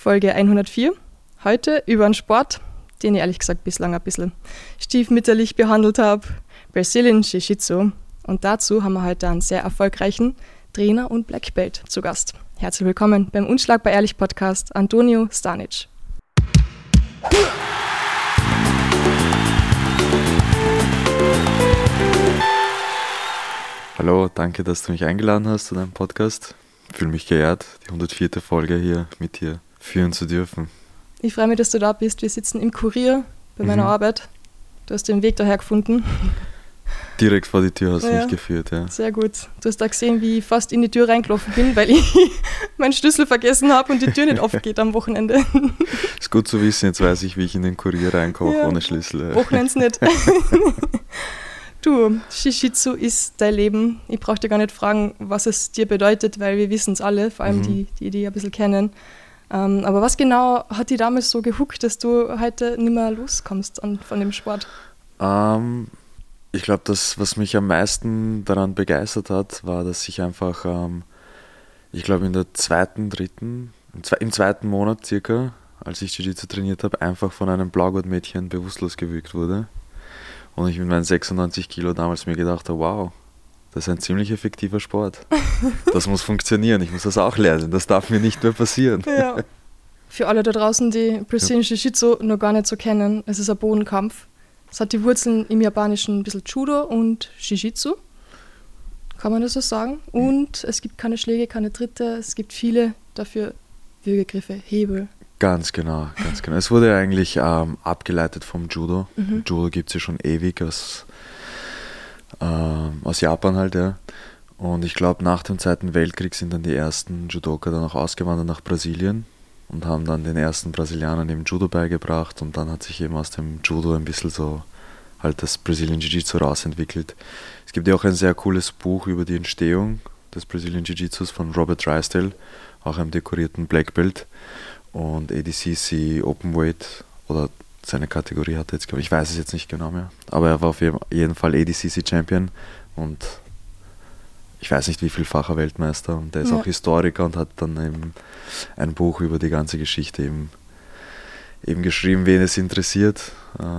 Folge 104. Heute über einen Sport, den ich ehrlich gesagt bislang ein bisschen stiefmütterlich behandelt habe, Brazilian Jiu-Jitsu. Und dazu haben wir heute einen sehr erfolgreichen Trainer und Black Belt zu Gast. Herzlich willkommen beim Unschlagbar Ehrlich Podcast, Antonio Stanic. Hallo, danke, dass du mich eingeladen hast zu deinem Podcast. Ich fühle mich geehrt, die 104. Folge hier mit dir führen zu dürfen. Ich freue mich, dass du da bist. Wir sitzen im Kurier bei meiner Arbeit. Du hast den Weg daher gefunden. Direkt vor die Tür hast du mich geführt, ja. Sehr gut. Du hast da gesehen, wie ich fast in die Tür reingelaufen bin, weil ich meinen Schlüssel vergessen habe und die Tür nicht aufgeht am Wochenende. Ist gut zu wissen, jetzt weiß ich, wie ich in den Kurier reinkoche ohne Schlüssel. Wochenends nicht. Du, Jiu-Jitsu ist dein Leben. Ich brauche dir gar nicht fragen, was es dir bedeutet, weil wir wissen es alle, vor allem die ein bisschen kennen. Aber was genau hat dich damals so gehuckt, dass du heute nicht mehr loskommst von dem Sport? Ich glaube, das, was mich am meisten daran begeistert hat, war, dass ich einfach, ich glaube im zweiten Monat circa, als ich Jiu-Jitsu trainiert habe, einfach von einem Blaugurt-Mädchen bewusstlos gewürgt wurde. Und ich mit meinen 96 Kilo damals mir gedacht habe, wow, das ist ein ziemlich effektiver Sport. Das muss funktionieren, ich muss das auch lernen, das darf mir nicht mehr passieren. Ja. Für alle da draußen, die Brazilian Jiu-Jitsu noch gar nicht so kennen, es ist ein Bodenkampf. Es hat die Wurzeln im Japanischen ein bisschen Judo und Jiu-Jitsu, kann man das so sagen. Und es gibt keine Schläge, keine Tritte, es gibt viele dafür Würgegriffe, Hebel. Ganz genau, ganz genau. Es wurde eigentlich abgeleitet vom Judo. Judo gibt es ja schon ewig aus Japan halt, ja. Und ich glaube, nach dem Zweiten Weltkrieg sind dann die ersten Judoka dann auch ausgewandert nach Brasilien und haben dann den ersten Brasilianern eben Judo beigebracht und dann hat sich eben aus dem Judo ein bisschen so halt das Brazilian Jiu-Jitsu rausentwickelt. Es gibt ja auch ein sehr cooles Buch über die Entstehung des Brazilian Jiu-Jitsus von Robert Drysdale, auch einem dekorierten Black Belt. Und ADCC Openweight oder seine Kategorie hat er jetzt, glaube ich weiß es jetzt nicht genau mehr, aber er war auf jeden Fall ADCC Champion und ich weiß nicht wie vielfacher Weltmeister und der ist auch Historiker und hat dann eben ein Buch über die ganze Geschichte eben geschrieben, wen es interessiert.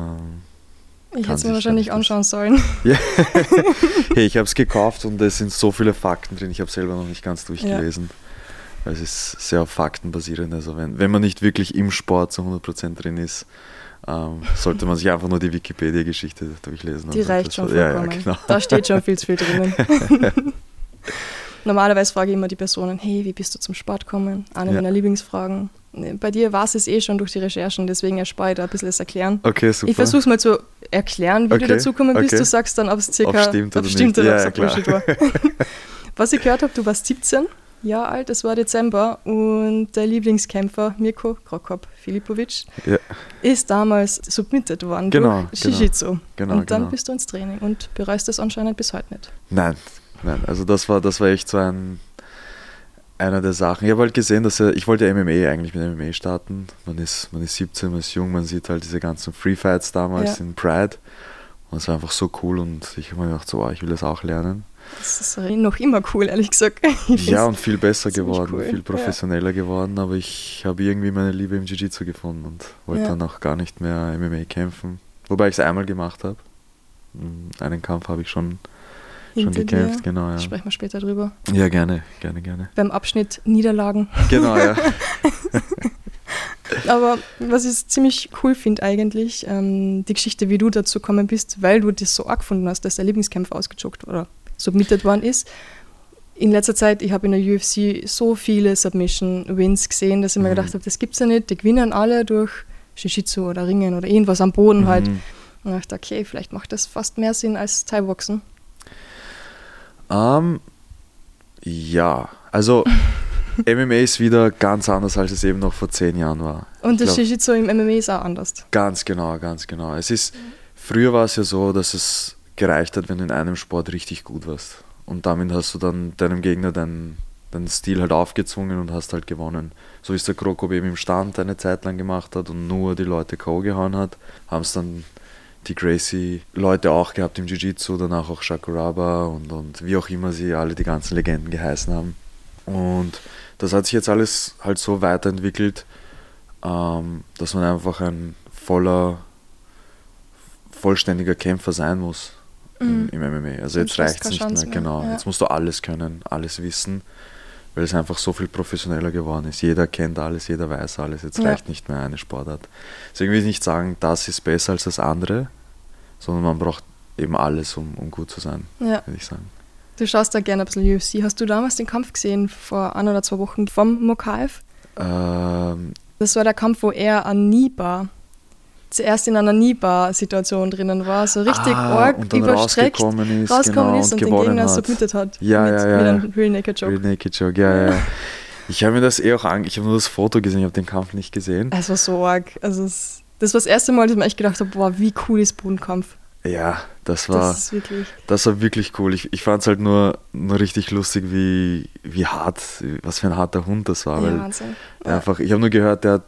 Ich hätte es mir wahrscheinlich anschauen sollen. Ja. Hey, ich habe es gekauft und es sind so viele Fakten drin, ich habe es selber noch nicht ganz durchgelesen. Ja. Weil es ist sehr faktenbasierend, also wenn man nicht wirklich im Sport zu 100% drin ist, sollte man sich einfach nur die Wikipedia-Geschichte durchlesen. Die reicht schon vollkommen. Ja, genau. Da steht schon viel zu viel drinnen. Normalerweise frage ich immer die Personen, hey, wie bist du zum Sport gekommen? Eine meiner Lieblingsfragen. Bei dir war es eh schon durch die Recherchen, deswegen erspare ich da ein bisschen das Erklären. Okay, super. Ich versuche es mal zu erklären, wie du dazu gekommen bist. Du sagst dann, ob es circa stimmt oder nicht. Bullshit war. Was ich gehört habe, du warst 17 Jahre alt, es war Dezember und der Lieblingskämpfer Mirko Krokop Filipovic ist damals submitted worden durch Jiu-Jitsu. Und dann bist du ins Training und bereust das anscheinend bis heute nicht. Nein, also das war echt so einer der Sachen. Ich habe halt gesehen, ich wollte ja MMA eigentlich mit MMA starten. Man ist 17, man ist jung, man sieht halt diese ganzen Free Fights damals in Pride und es war einfach so cool und ich habe mir gedacht, so, ich will das auch lernen. Das ist noch immer cool, ehrlich gesagt. Ja, und viel besser geworden, viel professioneller geworden, aber ich habe irgendwie meine Liebe im Jiu-Jitsu gefunden und wollte dann auch gar nicht mehr MMA kämpfen. Wobei ich es einmal gemacht habe. Einen Kampf habe ich schon gekämpft, genau. Ja. Sprechen wir später drüber. Ja, gerne. Beim Abschnitt Niederlagen. Genau, ja. Aber was ich ziemlich cool finde eigentlich, die Geschichte, wie du dazu gekommen bist, weil du das so arg gefunden hast, dass der Lieblingskämpfer ausgejoggt oder submitted worden ist. In letzter Zeit, ich habe in der UFC so viele Submission-Wins gesehen, dass ich mir gedacht habe, das gibt's ja nicht, die gewinnen alle durch Jiu-Jitsu oder Ringen oder irgendwas am Boden halt. Und ich dachte, okay, vielleicht macht das fast mehr Sinn als Thai-Boxen. Ja, also MMA ist wieder ganz anders, als es eben noch vor 10 Jahren war. Und das Jiu-Jitsu im MMA ist auch anders. Ganz genau. Früher war es ja so, dass es gereicht hat, wenn du in einem Sport richtig gut warst. Und damit hast du dann deinem Gegner deinen Stil halt aufgezwungen und hast halt gewonnen. So wie es der Krokop eben im Stand eine Zeit lang gemacht hat und nur die Leute K.O. gehauen hat, haben es dann die Gracie-Leute auch gehabt im Jiu-Jitsu, danach auch Shakuraba und wie auch immer sie alle die ganzen Legenden geheißen haben. Und das hat sich jetzt alles halt so weiterentwickelt, dass man einfach ein vollständiger Kämpfer sein muss im MMA. Also jetzt reicht es nicht mehr, genau. Ja. Jetzt musst du alles können, alles wissen, weil es einfach so viel professioneller geworden ist. Jeder kennt alles, jeder weiß alles. Jetzt reicht nicht mehr eine Sportart. Deswegen will ich nicht sagen, das ist besser als das andere, sondern man braucht eben alles, um gut zu sein, würde ich sagen. Du schaust da gerne ein bisschen UFC. Hast du damals den Kampf gesehen, vor 1 oder 2 Wochen, vom Mokaev? Das war der Kampf, wo er an Nibar zuerst in einer Knie-Bar-Situation drinnen war, so richtig arg und dann überstreckt, rausgekommen ist und den Gegner submitted hat. Mit einem Real Naked Choke. Real Naked Choke, ja. Ich habe mir das ich habe nur das Foto gesehen, ich habe den Kampf nicht gesehen. Es war so arg. Also das war das erste Mal, dass ich mir echt gedacht habe, boah, wie cool ist Bodenkampf. Ja, das war wirklich cool. Ich fand es halt nur richtig lustig, wie hart, was für ein harter Hund das war. Weil Wahnsinn. Einfach, ich habe nur gehört, der hat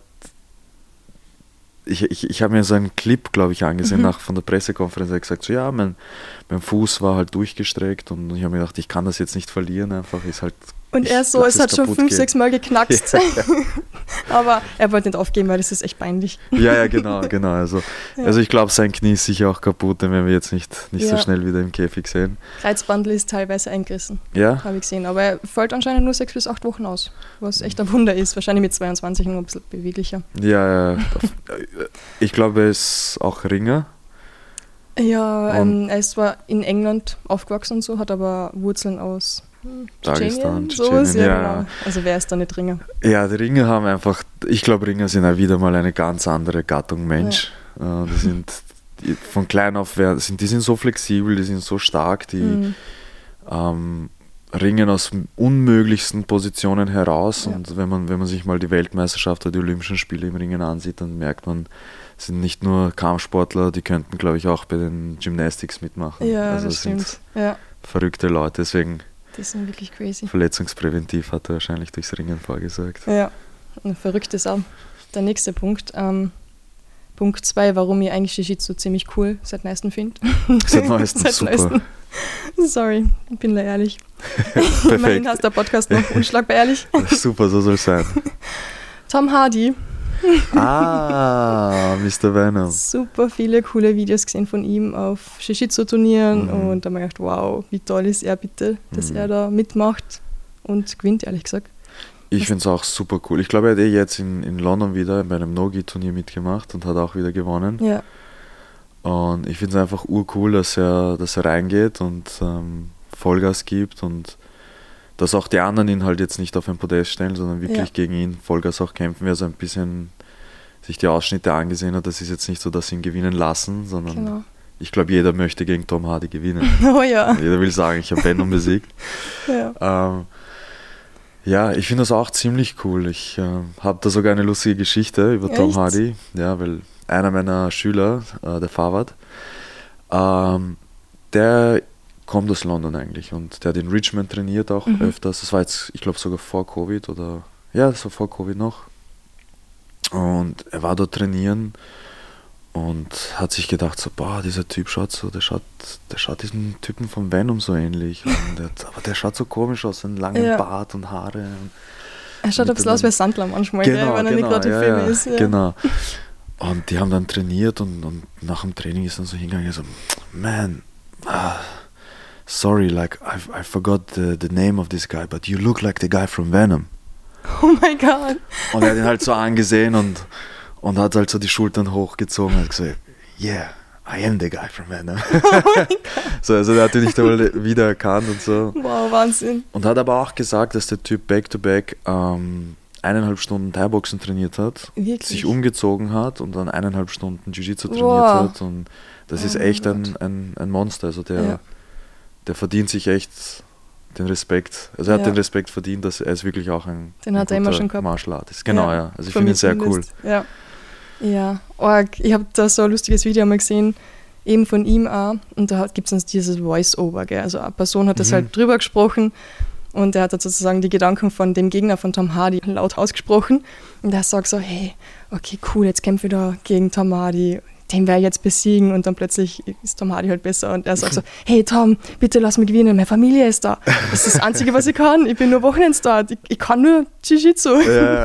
ich habe mir so einen Clip, glaube ich, angesehen von der Pressekonferenz. Er hat gesagt, so ja, mein Fuß war halt durchgestreckt und ich habe mir gedacht, ich kann das jetzt nicht verlieren, einfach ist halt. Und er so, es hat schon 5-6 Mal geknackst. Ja. Aber er wollte nicht aufgeben, weil das ist echt peinlich. Ja, genau. Also ich glaube, sein Knie ist sicher auch kaputt, den werden wir jetzt nicht so schnell wieder im Käfig sehen. Kreuzbandel ist teilweise eingerissen, habe ich gesehen. Aber er fällt anscheinend nur 6 bis 8 Wochen aus, was echt ein Wunder ist. Wahrscheinlich mit 22 nur ein bisschen beweglicher. Ja. Ich glaube, er ist auch Ringer. Ja, er ist zwar in England aufgewachsen und so, hat aber Wurzeln aus Tschetschenien. Genau. Also wer ist da nicht Ringer? Ja, die Ringer haben einfach, ich glaube, Ringer sind auch wieder mal eine ganz andere Gattung Mensch. Ja. Die sind von klein auf, die sind so flexibel, die sind so stark, die ringen aus unmöglichsten Positionen heraus. Ja. Und wenn man sich mal die Weltmeisterschaft oder die Olympischen Spiele im Ringen ansieht, dann merkt man, es sind nicht nur Kampfsportler, die könnten, glaube ich, auch bei den Gymnastics mitmachen. Ja, also das stimmt. Sind verrückte Leute, deswegen. Die sind wirklich crazy. Verletzungspräventiv hat er wahrscheinlich durchs Ringen vorgesagt. Ja, verrückt ist auch der nächste Punkt. Punkt 2, warum ich eigentlich Jiu-Jitsu ziemlich cool seit neuestem finde. Seit neuestem, super. Sorry, ich bin da ehrlich. Immerhin hast der Podcast noch unschlagbar ehrlich. Super, so soll es sein. Tom Hardy. Mr. Venom. Super viele coole Videos gesehen von ihm auf Jiu-Jitsu-Turnieren und da habe ich gedacht, wow, wie toll ist er bitte, dass er da mitmacht und gewinnt, ehrlich gesagt. Ich finde es auch super cool. Ich glaube, er hat jetzt in London wieder bei einem No-Gi-Turnier mitgemacht und hat auch wieder gewonnen. Ja. Und ich finde es einfach urcool, dass er reingeht und Vollgas gibt und dass auch die anderen ihn halt jetzt nicht auf ein Podest stellen, sondern wirklich gegen ihn Vollgas auch kämpfen. Wer so ein bisschen sich die Ausschnitte angesehen hat, das ist jetzt nicht so, dass sie ihn gewinnen lassen, sondern ich glaube, jeder möchte gegen Tom Hardy gewinnen. Oh ja. Jeder will sagen, ich habe Venom besiegt. Ja, ich finde das auch ziemlich cool. Ich habe da sogar eine lustige Geschichte über Tom Hardy. Ja, weil einer meiner Schüler, der Fawad, der kommt aus London eigentlich und der hat in Richmond trainiert auch öfters. Das war jetzt, ich glaube, sogar vor Covid das war vor Covid noch. Und er war dort trainieren und hat sich gedacht so, boah, dieser Typ schaut so, der schaut diesem Typen von Venom so ähnlich. Aber der schaut so komisch aus, einen langen Bart und Haare. Er schaut ein bisschen aus wie Sandler manchmal, wenn er nicht gerade im Film ist. Ja. Genau. Und die haben dann trainiert und nach dem Training ist dann so hingegangen, so, man, sorry, like I forgot the name of this guy, but you look like the guy from Venom. Oh mein Gott. Und er hat ihn halt so angesehen und hat halt so die Schultern hochgezogen und hat gesagt, yeah, I am the guy from Venom. Oh mein Gott. So, also der hat ihn nicht einmal wiedererkannt und so. Wow, Wahnsinn. Und hat aber auch gesagt, dass der Typ back-to-back 1,5 Stunden Thai-Boxen trainiert hat, wirklich? Sich umgezogen hat und dann 1,5 Stunden Jiu-Jitsu trainiert hat. Und das ist echt ein Monster. Also der verdient sich echt den Respekt. Also er hat den Respekt verdient, dass er ist wirklich auch ein immer schon gehabt. Martial Artist. Genau, ja. Also ich finde ihn sehr cool. Ja, arg. Ich habe da so ein lustiges Video mal gesehen, eben von ihm auch. Und da gibt es uns dieses Voice-Over. Also eine Person hat das halt drüber gesprochen und er hat sozusagen die Gedanken von dem Gegner von Tom Hardy laut ausgesprochen. Und er sagt so, hey, okay, cool, jetzt kämpfe ich da gegen Tom Hardy. Den werde ich jetzt besiegen und dann plötzlich ist Tom Hardy halt besser und er sagt so, hey Tom, bitte lass mich gewinnen, meine Familie ist da. Das ist das Einzige, was ich kann, ich bin nur Wochenendstar, ich kann nur Jiu-Jitsu. Ja.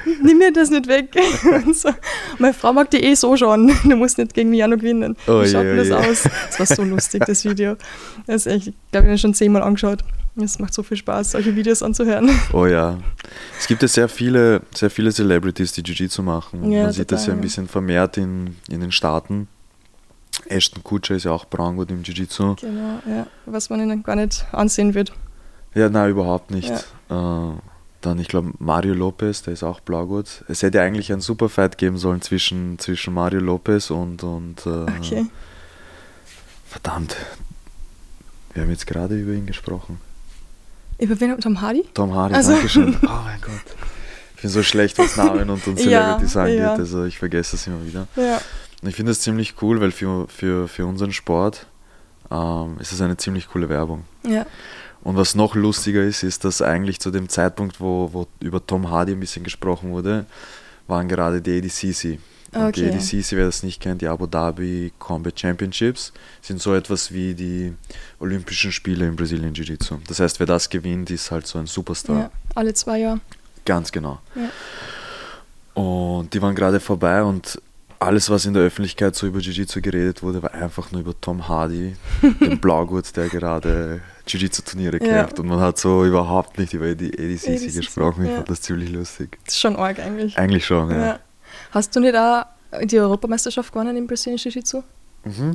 nimm mir das nicht weg. Und so. Meine Frau mag die so schon, du musst nicht gegen mich auch noch gewinnen. Oh, Wie schaut denn das aus? Das war so lustig, das Video. Das ist echt, ich glaube, ich habe schon 10-mal angeschaut. Es macht so viel Spaß, solche Videos anzuhören. Oh ja. Es gibt ja sehr viele Celebrities, die Jiu-Jitsu machen. Ja, Man sieht das ja ein total. bisschen vermehrt in den Staaten. Ashton Kutcher ist ja auch braungurt im Jiu-Jitsu. Genau, ja. Was man ihnen gar nicht ansehen wird. Ja, nein, überhaupt nicht. Dann, ich glaube, Mario Lopez, der ist auch blaugurt. Es hätte eigentlich einen Superfight geben sollen zwischen Mario Lopez und Okay. verdammt, wir haben jetzt gerade über ihn gesprochen. Über wen? Tom Hardy? Tom Hardy, Also. Dankeschön. Oh mein Gott. Ich bin so schlecht, was Namen und Celebrities Ja, angeht, ja. also ich vergesse das immer wieder. Ja. Und ich finde das ziemlich cool, weil für unseren Sport ist es eine ziemlich coole Werbung. Ja. Und was noch lustiger ist, dass eigentlich zu dem Zeitpunkt, wo über Tom Hardy ein bisschen gesprochen wurde, waren gerade die ADCC. Und die Okay. ADCC, wer das nicht kennt, die Abu Dhabi Combat Championships, sind so etwas wie die Olympischen Spiele im Brazilian Jiu-Jitsu. Das heißt, wer das gewinnt, ist halt so ein Superstar. Ja. Alle 2 Jahre. Ganz genau. Ja. Und die waren gerade vorbei und alles, was in der Öffentlichkeit so über Jiu-Jitsu geredet wurde, war einfach nur über Tom Hardy, den Blaugurt, der gerade Jiu-Jitsu-Turniere Ja. kämpft. Und man hat so überhaupt nicht über die ADCC ADCC, gesprochen. Ich ja. fand das ziemlich lustig. Das ist schon arg eigentlich. Eigentlich schon, ja. Ja. Hast du nicht auch die Europameisterschaft gewonnen im Brazilian Jiu-Jitsu? Mhm.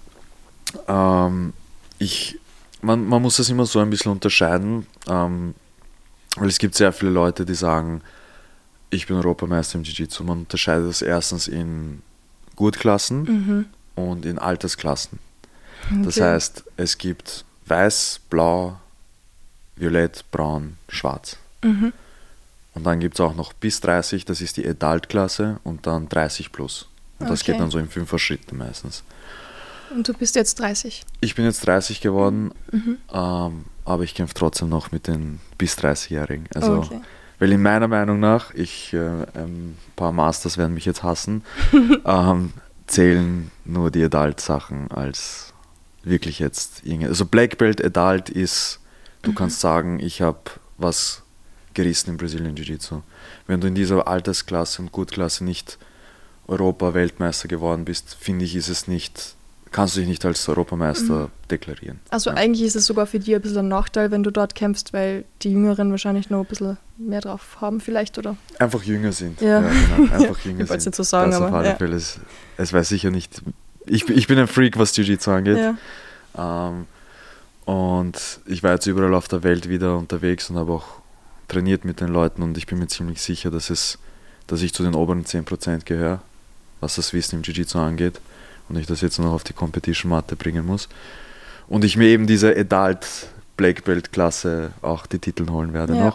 Man muss das immer so ein bisschen unterscheiden, weil es gibt sehr viele Leute, die sagen, ich bin Europameister im Jiu-Jitsu. Man unterscheidet das erstens in Gurtklassen und in Altersklassen. Das Okay. heißt, es gibt weiß, blau, violett, braun, schwarz. Mhm. Und dann gibt es auch noch bis 30, das ist die Adult-Klasse und dann 30 plus. Und das Okay. geht dann so in 5er Schritten meistens. Und du bist jetzt 30. Ich bin jetzt 30 geworden, aber ich kämpfe trotzdem noch mit den bis 30-Jährigen. Also, Okay. weil in meiner Meinung nach, ein paar Masters werden mich jetzt hassen, zählen nur die Adult-Sachen als wirklich jetzt irgendwie. Also Black Belt Adult ist, du kannst sagen, ich habe was gerissen im Brazilian Jiu-Jitsu. Wenn du in dieser Altersklasse und Gutklasse nicht Europa-Weltmeister geworden bist, finde ich, kannst du dich nicht als Europameister deklarieren. Also Ja. eigentlich ist es sogar für dich ein bisschen ein Nachteil, wenn du dort kämpfst, weil die Jüngeren wahrscheinlich noch ein bisschen mehr drauf haben vielleicht, oder? Einfach jünger sind. Ja. Genau. Einfach jünger Ich wollte es sind. nicht so sagen, das auf aber, alle ja. Fälle. Es weiß sicher nicht. Ich bin ein Freak, was Jiu-Jitsu angeht. Ja. Und ich war jetzt überall auf der Welt wieder unterwegs und habe auch trainiert mit den Leuten und ich bin mir ziemlich sicher, dass ich zu den oberen 10% gehöre, was das Wissen im Jiu-Jitsu angeht und ich das jetzt noch auf die Competition-Matte bringen muss. Und ich mir eben diese Adult Black Belt Klasse auch die Titel holen werde Ja. noch.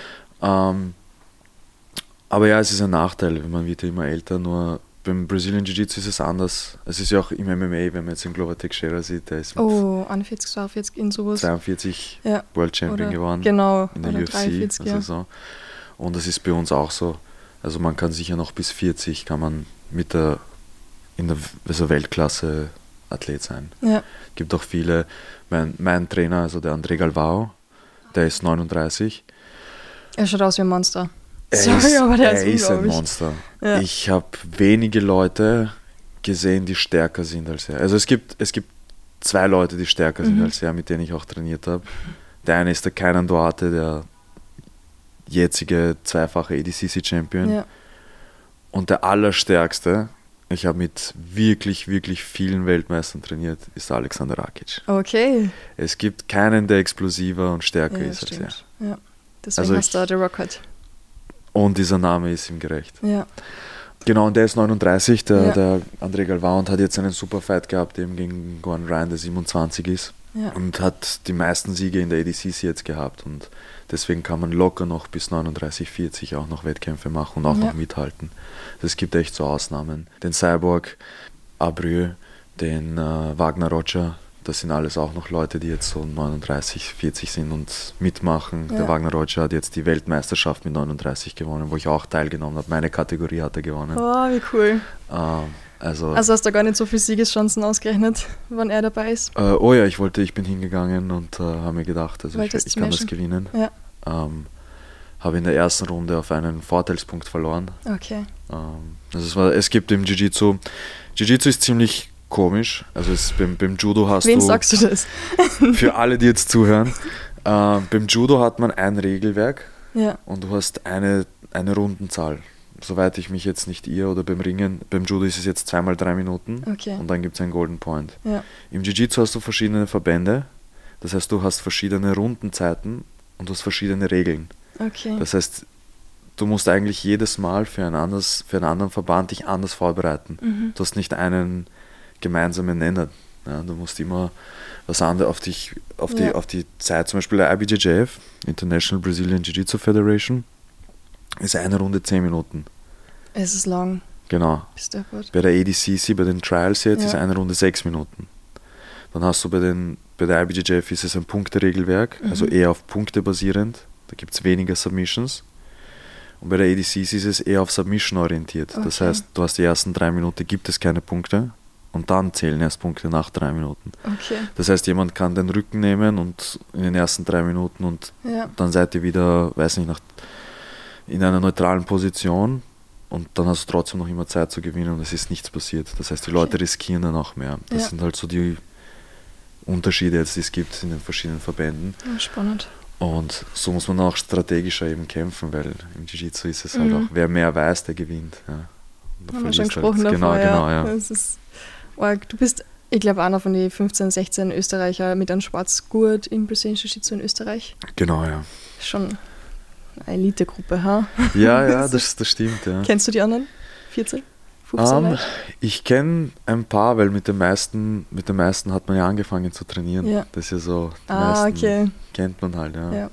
Aber ja, es ist ein Nachteil, man wird ja immer älter, nur beim Brazilian Jiu-Jitsu ist es anders. Es ist ja auch im MMA, wenn man jetzt den Glover Teixeira sieht, der ist mit Oh, 41, 42 in sowas. 42 Ja. World Champion Oder- geworden Genau, in der oder UFC. 43, ja. Also so. Und das ist bei uns auch so. Also man kann sicher noch bis 40 kann man in der Weltklasse Athlet sein. Ja. Gibt auch viele, mein Trainer, also der André Galvao, der ist 39. Er schaut aus wie ein Monster. Er Sorry, aber der ist ist ein unglaublich. Monster. Ja. Ich habe wenige Leute gesehen, die stärker sind als er. Also es gibt 2 Leute, die stärker sind als er, mit denen ich auch trainiert habe. Der eine ist der Kainan Duarte, der jetzige zweifache ADCC-Champion. Ja. Und der allerstärkste, ich habe mit wirklich, wirklich vielen Weltmeistern trainiert, ist Alexander Rakic. Okay. Es gibt keinen, der explosiver und stärker Ja, ist als er. stimmt. Ja. Deswegen Also hast du The Rock halt. Und dieser Name ist ihm gerecht. Ja. Genau, und der ist 39, Ja. der André Galvao, und hat jetzt einen super Fight gehabt, eben gegen Gordon Ryan, der 27 ist. Ja. Und hat die meisten Siege in der ADCC jetzt gehabt. Und deswegen kann man locker noch bis 39, 40 auch noch Wettkämpfe machen und auch Ja. noch mithalten. Es gibt echt so Ausnahmen. Den Cyborg, Abreu, den Wagner Rocha, das sind alles auch noch Leute, die jetzt so 39, 40 sind und mitmachen. Ja. Der Wagner Rocha hat jetzt die Weltmeisterschaft mit 39 gewonnen, wo ich auch teilgenommen habe. Meine Kategorie hat er gewonnen. Oh, wie cool. Also Also hast du gar nicht so viele Siegeschancen ausgerechnet, wann er dabei ist? oh ja, ich bin hingegangen und habe mir gedacht, also ich Wolltest kann das smashen? gewinnen. Ja. habe in der ersten Runde auf einen Vorteilspunkt verloren. Okay. Also es gibt im Jiu-Jitsu ist ziemlich komisch. Also beim Judo hast Wen du... sagst du das? Für alle, die jetzt zuhören. Beim Judo hat man ein Regelwerk und du hast eine Rundenzahl. Soweit ich mich jetzt nicht irre, oder beim Ringen, beim Judo ist es jetzt 2x3 Minuten und dann gibt es einen Golden Point. Ja. Im Jiu-Jitsu hast du verschiedene Verbände, das heißt, du hast verschiedene Rundenzeiten und du hast verschiedene Regeln. Okay. Das heißt, du musst eigentlich jedes Mal für einen anderen Verband dich anders vorbereiten. Du hast nicht einen gemeinsamen Nenner. Ja, du musst immer was anderes auf die Zeit. Zum Beispiel der IBJJF, International Brazilian Jiu-Jitsu Federation, ist eine Runde 10 Minuten. Es ist lang. Genau. Bei der ADCC, bei den Trials jetzt, ist eine Runde 6 Minuten. Dann hast du bei der IBJJF ist es ein Punkteregelwerk, also eher auf Punkte basierend. Da gibt es weniger Submissions. Und bei der ADCC ist es eher auf Submission orientiert. Okay. Das heißt, du hast die ersten 3 Minuten, gibt es keine Punkte. Und dann zählen erst Punkte nach 3 Minuten. Okay. Das heißt, jemand kann den Rücken nehmen und in den ersten 3 Minuten und dann seid ihr wieder, weiß nicht, in einer neutralen Position und dann hast du trotzdem noch immer Zeit zu gewinnen und es ist nichts passiert. Das heißt, die Leute riskieren dann auch mehr. Das sind halt so die Unterschiede jetzt, die es gibt in den verschiedenen Verbänden. Ja, spannend. Und so muss man auch strategischer eben kämpfen, weil im Jiu-Jitsu ist es halt auch, wer mehr weiß, der gewinnt. Ja. Haben wir schon gesprochen davon, genau, ja. Das ist, du bist, ich glaube, einer von den 15, 16 Österreicher mit einem Schwarzgurt im Brazilian Jiu-Jitsu in Österreich. Genau, ja. Schon eine Elitegruppe, ha? Ja, das stimmt, ja. Kennst du die anderen? 14? 15? Ich kenne ein paar, weil mit den meisten hat man ja angefangen zu trainieren. Ja. Das ist ja so, die meisten kennt man halt, ja.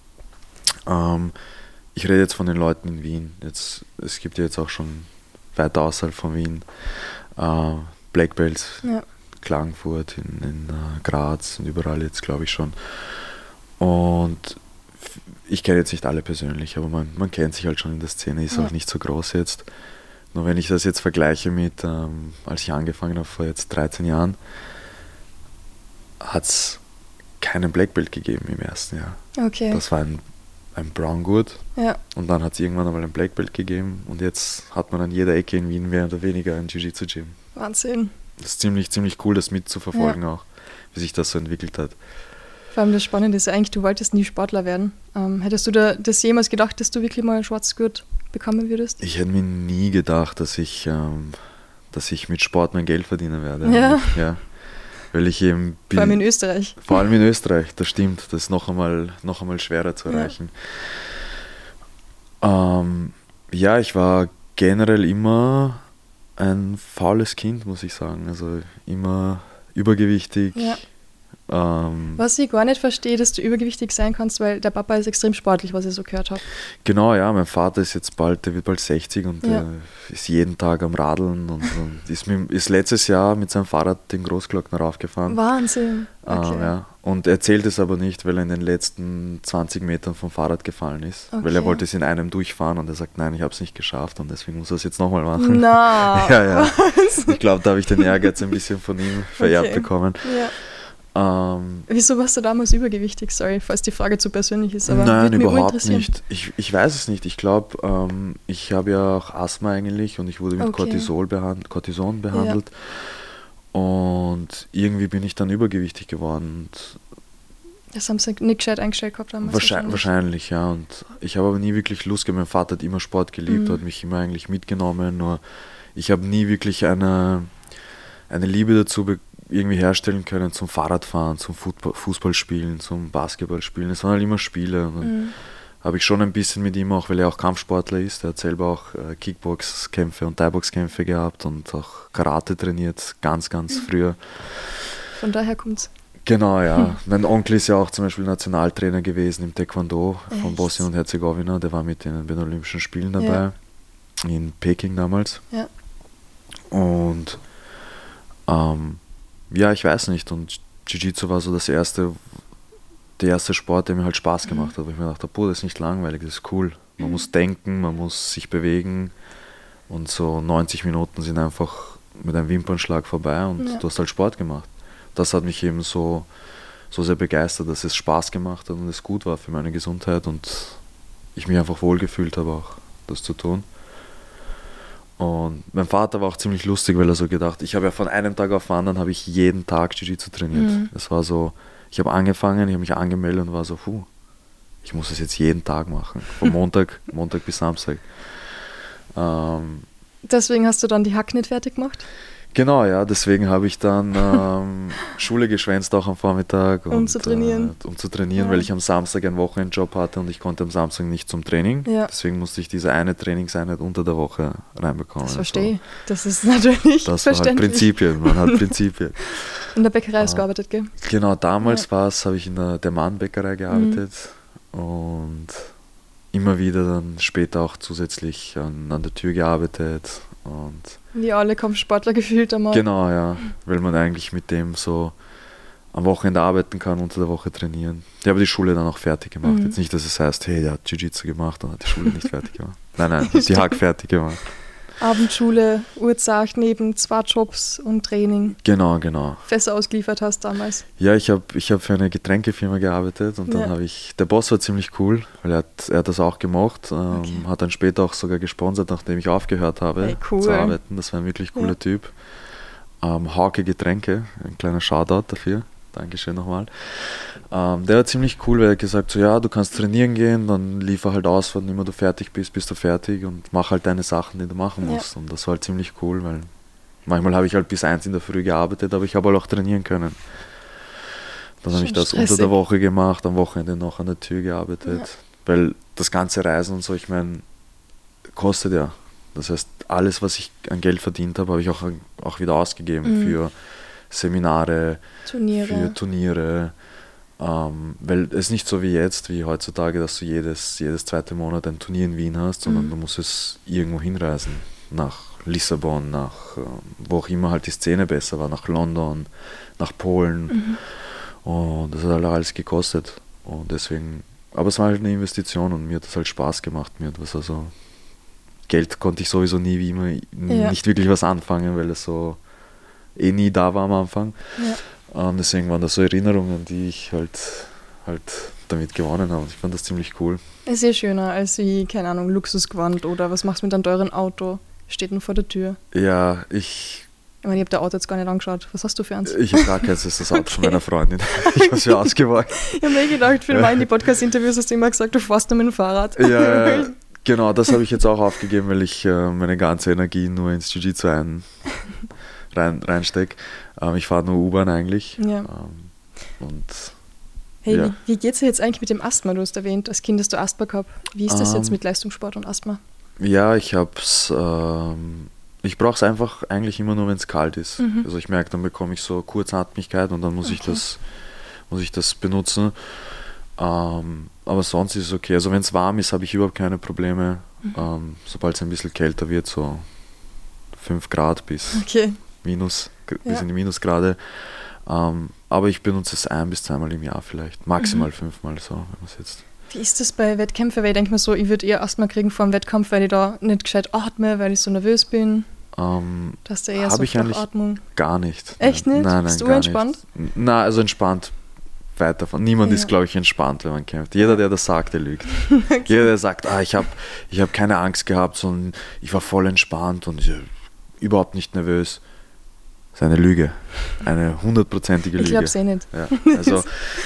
Ich rede jetzt von den Leuten in Wien. Es gibt ja jetzt auch schon weiter außerhalb von Wien Black Belts, Klagenfurt, in Graz und überall jetzt, glaube ich schon. Und ich kenne jetzt nicht alle persönlich, aber man kennt sich halt schon in der Szene, ist auch nicht so groß jetzt. Nur wenn ich das jetzt vergleiche mit, als ich angefangen habe vor jetzt 13 Jahren, hat es keinen Black Belt gegeben im ersten Jahr. Okay. Das war ein Brown-Gurt und dann hat es irgendwann einmal ein Black Belt gegeben und jetzt hat man an jeder Ecke in Wien mehr oder weniger ein Jiu-Jitsu-Gym. Wahnsinn. Das ist ziemlich cool, das mitzuverfolgen auch, wie sich das so entwickelt hat. Vor allem das Spannende ist ja eigentlich, du wolltest nie Sportler werden. Hättest du das jemals gedacht, dass du wirklich mal einen Schwarzgurt bekommen würdest? Ich hätte mir nie gedacht, dass ich mit Sport mein Geld verdienen werde. Ja. Weil ich eben vor allem in Österreich. Vor allem in Österreich, das stimmt. Das ist noch einmal schwerer zu erreichen. Ich war generell immer ein faules Kind, muss ich sagen. Also immer übergewichtig. Ja. Was ich gar nicht verstehe, dass du übergewichtig sein kannst, weil der Papa ist extrem sportlich, was ich so gehört habe. Genau, ja, mein Vater ist jetzt der wird bald 60 und ist jeden Tag am Radeln und ist letztes Jahr mit seinem Fahrrad den Großglockner raufgefahren. Wahnsinn. Okay. Und er erzählt es aber nicht, weil er in den letzten 20 Metern vom Fahrrad gefallen ist. Okay. Weil er wollte es in einem durchfahren und er sagt, nein, ich habe es nicht geschafft und deswegen muss er es jetzt nochmal machen. Na, ja. Ich glaube, da habe ich den Ehrgeiz ein bisschen von ihm vererbt bekommen. Ja. Wieso warst du damals übergewichtig? Sorry, falls die Frage zu persönlich ist. Aber nein, überhaupt nicht. Ich weiß es nicht. Ich glaube, ich habe ja auch Asthma eigentlich und ich wurde mit Cortison behandelt. Ja. Und irgendwie bin ich dann übergewichtig geworden. Und das haben sie nicht gescheit eingestellt gehabt damals. Wahrscheinlich, ja. Und ich habe aber nie wirklich Lust gehabt. Mein Vater hat immer Sport geliebt, hat mich immer eigentlich mitgenommen. Nur ich habe nie wirklich eine Liebe dazu irgendwie herstellen können zum Fahrradfahren, zum Fußballspielen, zum Basketballspielen. Es waren halt immer Spiele. Und dann habe ich schon ein bisschen mit ihm, auch weil er auch Kampfsportler ist, er hat selber auch Kickboxkämpfe und Thai-Box-Kämpfe gehabt und auch Karate trainiert, ganz früher. Von daher kommt's. Genau, ja. Mein Onkel ist ja auch zum Beispiel Nationaltrainer gewesen im Taekwondo von Bosnien und Herzegowina. Der war mit bei den Olympischen Spielen dabei, in Peking damals. Ja. Und ich weiß nicht. Und Jiu-Jitsu war so der erste Sport, der mir halt Spaß gemacht hat, wo ich mir dachte, das ist nicht langweilig, das ist cool. Man muss denken, man muss sich bewegen und so 90 Minuten sind einfach mit einem Wimpernschlag vorbei und du hast halt Sport gemacht. Das hat mich eben so sehr begeistert, dass es Spaß gemacht hat und es gut war für meine Gesundheit und ich mich einfach wohlgefühlt habe, auch das zu tun. Und mein Vater war auch ziemlich lustig, weil er so gedacht, ich habe ja von einem Tag auf den anderen habe ich jeden Tag Jiu-Jitsu trainiert. Das war so, ich habe angefangen, ich habe mich angemeldet und war so, ich muss es jetzt jeden Tag machen, von Montag bis Samstag. Deswegen hast du dann die Hack nicht fertig gemacht? Genau, ja, deswegen habe ich dann Schule geschwänzt auch am Vormittag. Um zu trainieren. Weil ich am Samstag einen Wochenendjob hatte und ich konnte am Samstag nicht zum Training. Ja. Deswegen musste ich diese eine Trainingseinheit unter der Woche reinbekommen. Das verstehe ich. Das ist natürlich das verständlich. War halt Prinzipien, man hat Prinzipien. In der Bäckerei hast du gearbeitet, gell? Genau, damals habe ich in der Mann-Bäckerei gearbeitet und immer wieder dann später auch zusätzlich an der Tür gearbeitet. Und wie alle Kampfsportler gefühlt einmal. Genau, ja, weil man eigentlich mit dem so am Wochenende arbeiten kann, unter der Woche trainieren. Ich habe die Schule dann auch fertig gemacht. Jetzt nicht, dass es heißt, hey, der hat Jiu-Jitsu gemacht und hat die Schule nicht fertig gemacht. Nein, ich habe die Hack fertig gemacht. Abendschule, Uhrzeit neben 2 Jobs und Training. Genau. Fest ausgeliefert hast damals. Ja, ich hab für eine Getränkefirma gearbeitet und dann der Boss war ziemlich cool, weil er hat das auch gemacht, hat dann später auch sogar gesponsert, nachdem ich aufgehört habe zu arbeiten. Das war ein wirklich cooler Typ. Hauke Getränke, ein kleiner Shoutout dafür. Dankeschön nochmal. Der war ziemlich cool, weil er gesagt hat, so, ja, du kannst trainieren gehen, dann liefer halt aus, wann immer du fertig bist du fertig und mach halt deine Sachen, die du machen musst. Und das war halt ziemlich cool, weil manchmal habe ich halt bis 1 in der Früh gearbeitet, aber ich habe halt auch trainieren können. Dann habe ich das unter der Woche gemacht, am Wochenende noch an der Tür gearbeitet, weil das ganze Reisen und so, ich meine, kostet ja. Das heißt, alles, was ich an Geld verdient habe, habe ich auch wieder ausgegeben für Seminare, für Turniere, weil es nicht so wie jetzt, wie heutzutage, dass du jedes 2. Monat ein Turnier in Wien hast, sondern du musst es irgendwo hinreisen, nach Lissabon, nach wo auch immer halt die Szene besser war, nach London, nach Polen und das hat halt alles gekostet und deswegen, aber es war halt eine Investition und mir hat das halt Spaß gemacht, Geld konnte ich sowieso nie nicht wirklich was anfangen, weil es so nie da war am Anfang. Deswegen waren das so Erinnerungen, die ich halt damit gewonnen habe. Ich fand das ziemlich cool. Es ist schöner als wie, keine Ahnung, Luxusgewand oder was machst du mit einem teuren Auto? Steht denn vor der Tür? Ja, ich meine, ich habe das Auto jetzt gar nicht angeschaut. Was hast du für eins? Ich habe gar keins, das ist das Auto von meiner Freundin. Ich habe es mir ausgewagt. Ich habe mir gedacht, für meine Podcast-Interviews hast du immer gesagt, du fährst nur mit dem Fahrrad. Ja, genau, das habe ich jetzt auch aufgegeben, weil ich meine ganze Energie nur ins Jiu-Jitsu reinstecke. Ich fahre nur U-Bahn eigentlich. Ja. Hey, wie geht es dir jetzt eigentlich mit dem Asthma? Du hast erwähnt, als Kind hast du Asthma gehabt. Wie ist das jetzt mit Leistungssport und Asthma? Ja, ich brauche es einfach eigentlich immer nur, wenn es kalt ist. Also ich merke, dann bekomme ich so Kurzatmigkeit und dann muss ich das benutzen. Aber sonst ist es okay. Also wenn es warm ist, habe ich überhaupt keine Probleme. Sobald es ein bisschen kälter wird, so 5 Grad bis bis in die Minusgrade. Aber ich benutze es 1 bis 2 Mal im Jahr vielleicht. Maximal 5 Mal so, wenn man es jetzt. Wie ist das bei Wettkämpfen? Weil ich denke mir so, ich würde eher Asthma kriegen vor dem Wettkampf, weil ich da nicht gescheit atme, weil ich so nervös bin. Das ist eher so Flachatmung. Gar nicht. Echt nicht? Nein, bist du entspannt? Nein, also entspannt weit davon. Niemand ist, glaube ich, entspannt, wenn man kämpft. Jeder, der das sagt, der lügt. Jeder, der sagt, ich hab keine Angst gehabt, sondern ich war voll entspannt und überhaupt nicht nervös. Das ist eine Lüge. Eine 100%ige Lüge. Ich glaube es eh nicht. Ja, also,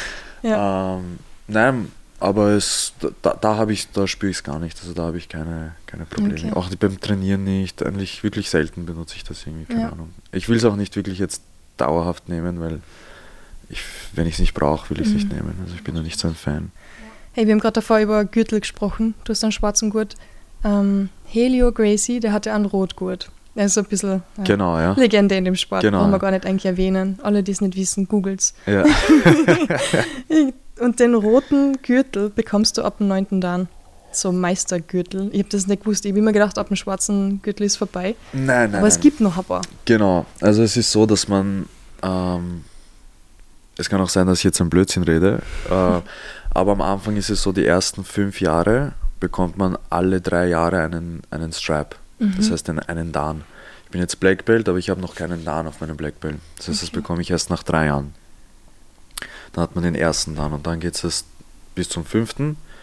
nein, aber da spüre ich es gar nicht. Also da habe ich keine Probleme. Okay. Auch beim Trainieren nicht. Eigentlich wirklich selten benutze ich das irgendwie. Keine Ahnung. Ich will es auch nicht wirklich jetzt dauerhaft nehmen, weil wenn ich es nicht brauche, will ich es nicht nehmen. Also ich bin da nicht so ein Fan. Hey, wir haben gerade davor über Gürtel gesprochen. Du hast einen schwarzen Gurt. Helio Gracie, der hatte einen Rotgurt. Er ist so ein bisschen Legende in dem Sport. Genau. Brauchen wir gar nicht eigentlich erwähnen. Alle, die es nicht wissen, googelt's. Ja. Und den roten Gürtel bekommst du ab dem 9. Dan. So Meistergürtel. Ich habe das nicht gewusst. Ich habe immer gedacht, ab dem schwarzen Gürtel ist vorbei. Nein. Aber es gibt noch ein paar. Genau. Also es ist so, dass man es kann auch sein, dass ich jetzt ein Blödsinn rede, aber am Anfang ist es so, die ersten 5 Jahre bekommt man alle 3 Jahre einen Stripe. Das heißt einen Dan. Ich bin jetzt Black Belt, aber ich habe noch keinen Dan auf meinem Black Belt. Das heißt, das bekomme ich erst nach 3 Jahren. Dann hat man den ersten Dan und dann geht es bis zum 5. Und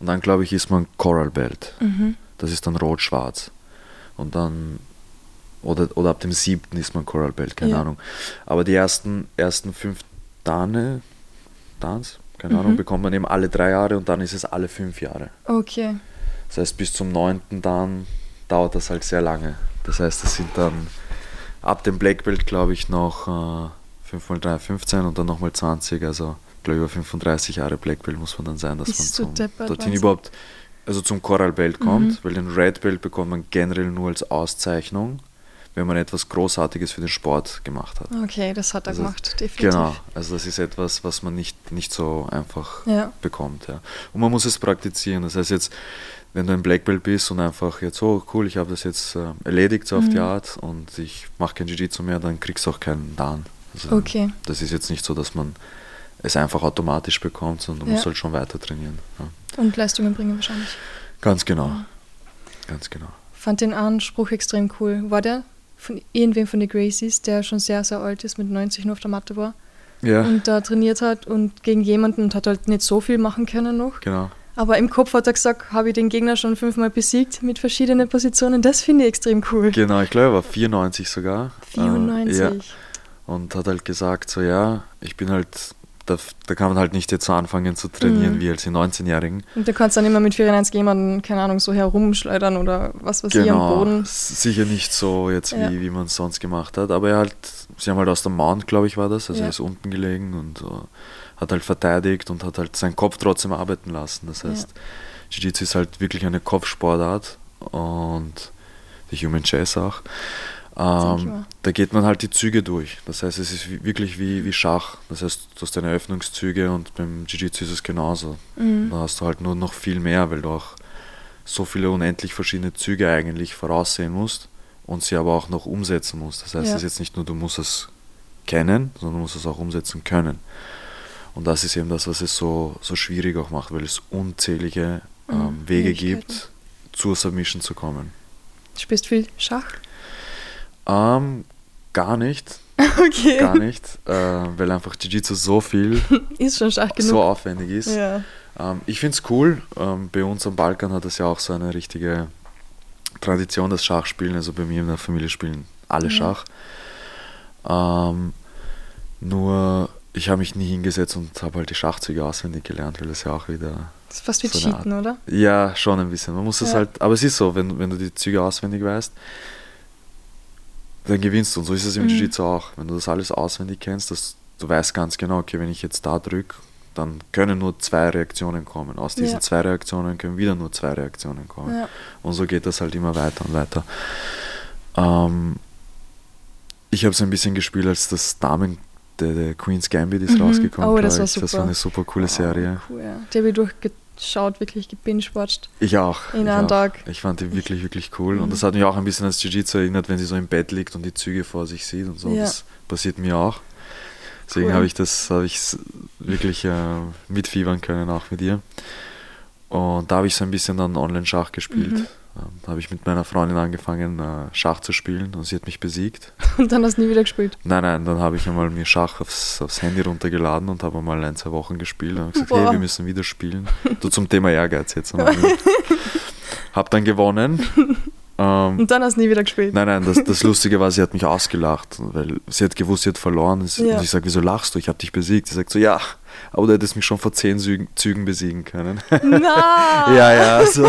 Und dann, glaube ich, ist man Coral Belt. Mhm. Das ist dann rot-schwarz. Und dann, oder ab dem 7. ist man Coral Belt, keine Ahnung. Aber die ersten 5 Dans, keine Ahnung, bekommt man eben alle 3 Jahre und dann ist es alle 5 Jahre. Okay. Das heißt, bis zum 9. Dan dauert das halt sehr lange. Das heißt, es sind dann ab dem Black Belt, glaube ich, noch 5 mal 3, 15 und dann nochmal 20. Also, glaube ich, über 35 Jahre Black Belt muss man dann sein, dass man dorthin überhaupt, also zum Coral Belt kommt, weil den Red Belt bekommt man generell nur als Auszeichnung, wenn man etwas Großartiges für den Sport gemacht hat. Okay, das hat er gemacht, definitiv. Genau, also das ist etwas, was man nicht so einfach bekommt. Ja. Und man muss es praktizieren. Das heißt jetzt, wenn du ein Black Belt bist und einfach jetzt, oh cool, ich habe das jetzt erledigt so auf die Art und ich mache kein Jiu-Jitsu mehr, dann kriegst du auch keinen Dan. Also das ist jetzt nicht so, dass man es einfach automatisch bekommt, sondern du musst halt schon weiter trainieren. Ja. Und Leistungen bringen wahrscheinlich. Ganz genau. Ganz genau. Fand den Anspruch extrem cool. War der von irgendwem von den Gracies, der schon sehr, sehr alt ist, mit 90 nur auf der Matte war und da trainiert hat und gegen jemanden und hat halt nicht so viel machen können noch. Genau. Aber im Kopf hat er gesagt, habe ich den Gegner schon 5-mal besiegt mit verschiedenen Positionen. Das finde ich extrem cool. Genau, ich glaube, er war 94 sogar. 94. Ja. Und hat halt gesagt, so ja, ich bin halt, da kann man halt nicht jetzt so anfangen zu trainieren wie als die 19-Jährigen. Und du kannst dann immer mit 4-1 jemanden, keine Ahnung, so herumschleudern oder was weiß ich am Boden. Sicher nicht so jetzt, wie man es sonst gemacht hat. Aber sie haben halt aus der Mount, glaube ich, war das, also er ist unten gelegen und hat halt verteidigt und hat halt seinen Kopf trotzdem arbeiten lassen. Das heißt, Jiu-Jitsu ist halt wirklich eine Kopfsportart und die Human Chess auch. Da geht man halt die Züge durch. Das heißt, es ist wirklich wie Schach. Das heißt, du hast deine Öffnungszüge und beim Jiu-Jitsu ist es genauso. Da hast du halt nur noch viel mehr, weil du auch so viele unendlich verschiedene Züge eigentlich voraussehen musst und sie aber auch noch umsetzen musst. Das heißt, es ist jetzt nicht nur, du musst es kennen, sondern du musst es auch umsetzen können. Und das ist eben das, was es so schwierig auch macht, weil es unzählige Wege gibt, zur Submission zu kommen. Du spielst viel Schach? Gar nicht. Okay. Gar nicht, weil einfach Jiu-Jitsu so viel ist schon Schach genug. So aufwendig ist. Ja. Ich finde es cool. Bei uns am Balkan hat es ja auch so eine richtige Tradition, das Schachspielen. Also bei mir in der Familie spielen alle Schach. Nur ich habe mich nie hingesetzt und habe halt die Schachzüge auswendig gelernt, weil das ja auch wieder... Das ist fast wie Cheaten, oder? Ja, schon ein bisschen. Man muss es halt... Aber es ist so, wenn du die Züge auswendig weißt, dann gewinnst du. Und so ist es im Jiu-Jitsu auch. Wenn du das alles auswendig kennst, du weißt ganz genau, okay, wenn ich jetzt da drücke, dann können nur 2 Reaktionen kommen. Aus diesen 2 Reaktionen können wieder nur 2 Reaktionen kommen. Ja. Und so geht das halt immer weiter und weiter. Ich habe es ein bisschen gespielt, als das der Queen's Gambit ist rausgekommen. Oh, das war super. Das war eine super coole Serie. Cool, ja. Die habe ich durchgeschaut, wirklich gebingewatcht. Ich auch. In einem Tag. Ich fand die wirklich, wirklich cool. Und das hat mich auch ein bisschen ans Jiu-Jitsu erinnert, wenn sie so im Bett liegt und die Züge vor sich sieht und so. Ja. Das passiert mir auch. Deswegen habe ich wirklich mitfiebern können, auch mit ihr. Und da habe ich so ein bisschen dann Online-Schach gespielt. Da habe ich mit meiner Freundin angefangen, Schach zu spielen und sie hat mich besiegt. Und dann hast du nie wieder gespielt? Nein, dann habe ich einmal mir Schach aufs Handy runtergeladen und habe mal 1-2 Wochen gespielt. Und habe gesagt, hey, wir müssen wieder spielen. Du zum Thema Ehrgeiz jetzt. Habe dann gewonnen. Und dann hast du nie wieder gespielt? Nein, das Lustige war, sie hat mich ausgelacht, weil sie hat gewusst, sie hat verloren. Und ich sage, wieso lachst du? Ich habe dich besiegt. Sie sagt so, ja, aber du hättest mich schon vor 10 Zügen besiegen können. Nein! Ja, so.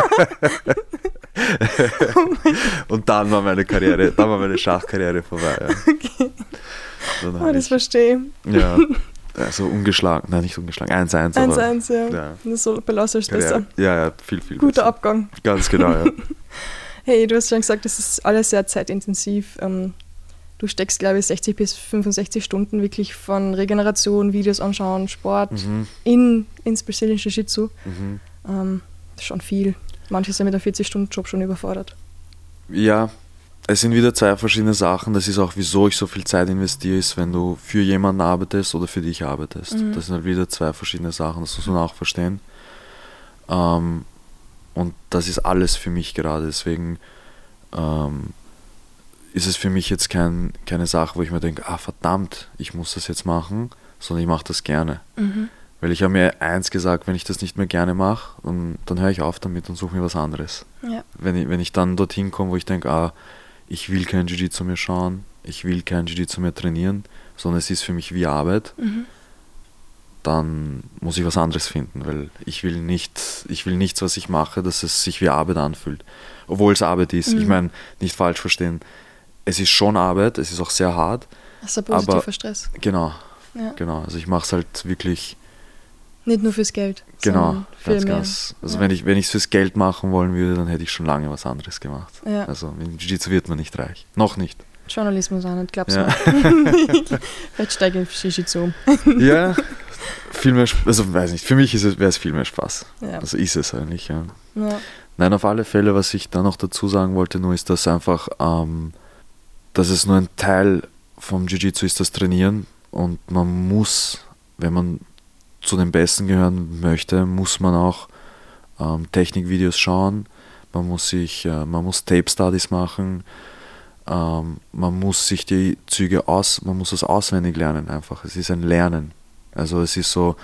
Und dann war meine Schachkarriere vorbei. Ja. Okay. Das verstehe ich. Ja, also ungeschlagen, nein, nicht ungeschlagen, 1-1. 1-1, ja. So belastet ist besser. Ja, viel Guter besser. Abgang. Ganz genau, ja. Hey, du hast schon gesagt, das ist alles sehr zeitintensiv. Du steckst, glaube ich, 60 bis 65 Stunden wirklich von Regeneration, Videos anschauen, Sport ins Brazilian Jiu-Jitsu. Das ist schon viel. Manche sind mit einem 40-Stunden-Job schon überfordert. Ja, es sind wieder 2 verschiedene Sachen. Das ist auch, wieso ich so viel Zeit investiere, ist, wenn du für jemanden arbeitest oder für dich arbeitest. Das sind halt wieder 2 verschiedene Sachen, das muss man auch verstehen. Und das ist alles für mich gerade. Deswegen ist es für mich jetzt keine Sache, wo ich mir denke, verdammt, ich muss das jetzt machen, sondern ich mache das gerne. Weil ich habe mir eins gesagt, wenn ich das nicht mehr gerne mache, dann höre ich auf damit und suche mir was anderes. Ja. Wenn ich dann dorthin komme, wo ich denke, ich will kein Jiu-Jitsu mehr schauen, ich will kein Jiu-Jitsu mehr trainieren, sondern es ist für mich wie Arbeit, dann muss ich was anderes finden, weil ich will nichts, was ich mache, dass es sich wie Arbeit anfühlt. Obwohl es Arbeit ist. Ich meine, nicht falsch verstehen, es ist schon Arbeit, es ist auch sehr hart. Das ist ein positiver Stress. Genau, Ja. genau. Also ich mache es halt wirklich... Nicht nur fürs Geld. Genau, viel ganz. Also ja. wenn ich es fürs Geld machen wollen würde, dann hätte ich schon lange was anderes gemacht. Ja. Also mit Jiu-Jitsu wird man nicht reich. Noch nicht. Journalismus auch nicht, glaubst du? Ja. Vielleicht steige ich in Jiu-Jitsu um. Ja, viel mehr, also weiß nicht, für mich wäre es viel mehr Spaß. Ja. Also ist es eigentlich, ja. Ja. Nein, auf alle Fälle, was ich da noch dazu sagen wollte, nur ist, dass einfach, dass es nur ein Teil vom Jiu-Jitsu ist, das Trainieren, und man muss, wenn man zu den Besten gehören möchte, muss man auch Technikvideos schauen, man muss Tape-Studies machen, man muss sich die Züge man muss es auswendig lernen einfach. Es ist ein Lernen. Also es ist so,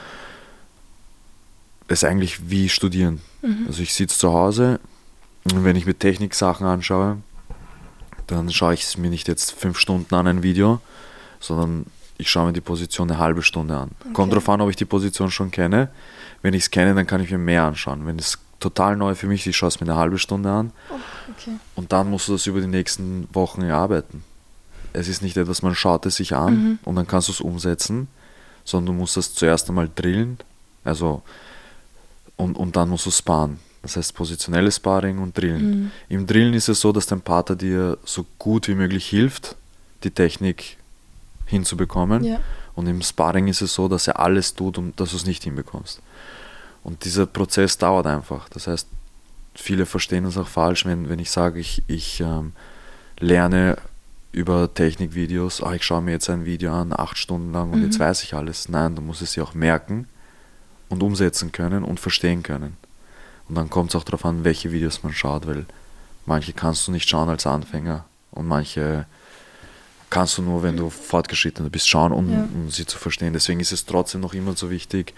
es ist eigentlich wie Studieren. Also ich sitze zu Hause und wenn ich mir Technik-Sachen anschaue, dann schaue ich es mir nicht jetzt 5 Stunden an ein Video, sondern ich schaue mir die Position eine halbe Stunde an. Okay. Kommt darauf an, ob ich die Position schon kenne. Wenn ich es kenne, dann kann ich mir mehr anschauen. Wenn es total neu für mich ist, ich schaue es mir eine halbe Stunde an. Oh, okay. Und dann musst du das über die nächsten Wochen erarbeiten. Es ist nicht etwas, man schaut es sich an und dann kannst du es umsetzen, sondern du musst das zuerst einmal drillen, also und dann musst du sparen. Das heißt positionelles Sparring und Drillen. Im Drillen ist es so, dass dein Partner dir so gut wie möglich hilft, die Technik hinzubekommen. Ja. Und im Sparring ist es so, dass er alles tut, dass du es nicht hinbekommst. Und dieser Prozess dauert einfach. Das heißt, viele verstehen es auch falsch, wenn ich sage, ich lerne über Technikvideos, ich schaue mir jetzt ein Video an, 8 Stunden lang und jetzt weiß ich alles. Nein, du musst es dir auch merken und umsetzen können und verstehen können. Und dann kommt es auch darauf an, welche Videos man schaut, weil manche kannst du nicht schauen als Anfänger und manche kannst du nur, wenn du fortgeschrittener bist, schauen, um sie zu verstehen. Deswegen ist es trotzdem noch immer so wichtig,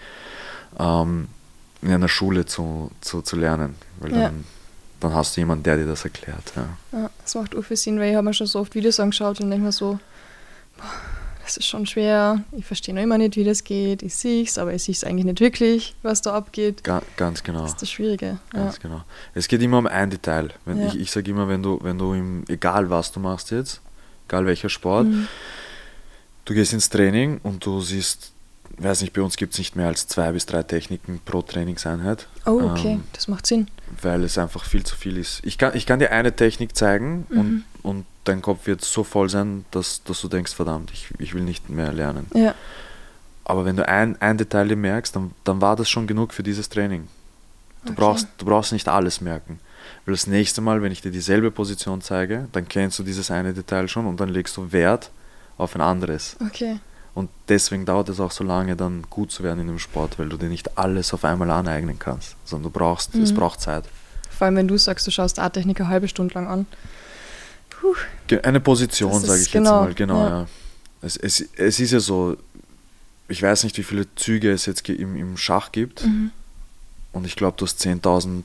in einer Schule zu lernen, weil dann hast du jemanden, der dir das erklärt. Ja, das macht auch viel Sinn, weil ich habe mir schon so oft Videos angeschaut und denke mir so, das ist schon schwer, ich verstehe noch immer nicht, wie das geht, ich sehe es, aber ich sehe es eigentlich nicht wirklich, was da abgeht. Ganz genau. Das ist das Schwierige. Ganz genau. Es geht immer um ein Detail. Ich sage immer, wenn du egal was du machst jetzt, egal welcher Sport, du gehst ins Training und du siehst, weiß nicht, bei uns gibt es nicht mehr als 2 bis 3 Techniken pro Trainingseinheit. Oh, okay, das macht Sinn. Weil es einfach viel zu viel ist. Ich kann dir eine Technik zeigen und dein Kopf wird so voll sein, dass du denkst, verdammt, ich will nicht mehr lernen. Ja. Aber wenn du ein Detail dir merkst, dann war das schon genug für dieses Training. Du brauchst nicht alles merken. Weil das nächste Mal, wenn ich dir dieselbe Position zeige, dann kennst du dieses eine Detail schon und dann legst du Wert auf ein anderes. Okay. Und deswegen dauert es auch so lange, dann gut zu werden in dem Sport, weil du dir nicht alles auf einmal aneignen kannst, sondern es braucht Zeit. Vor allem, wenn du sagst, du schaust A-Technik eine halbe Stunde lang an. Eine Position, sage ich jetzt mal. Genau, ja. Es ist ja so, ich weiß nicht, wie viele Züge es jetzt im Schach gibt. Und ich glaube, du hast 10.000,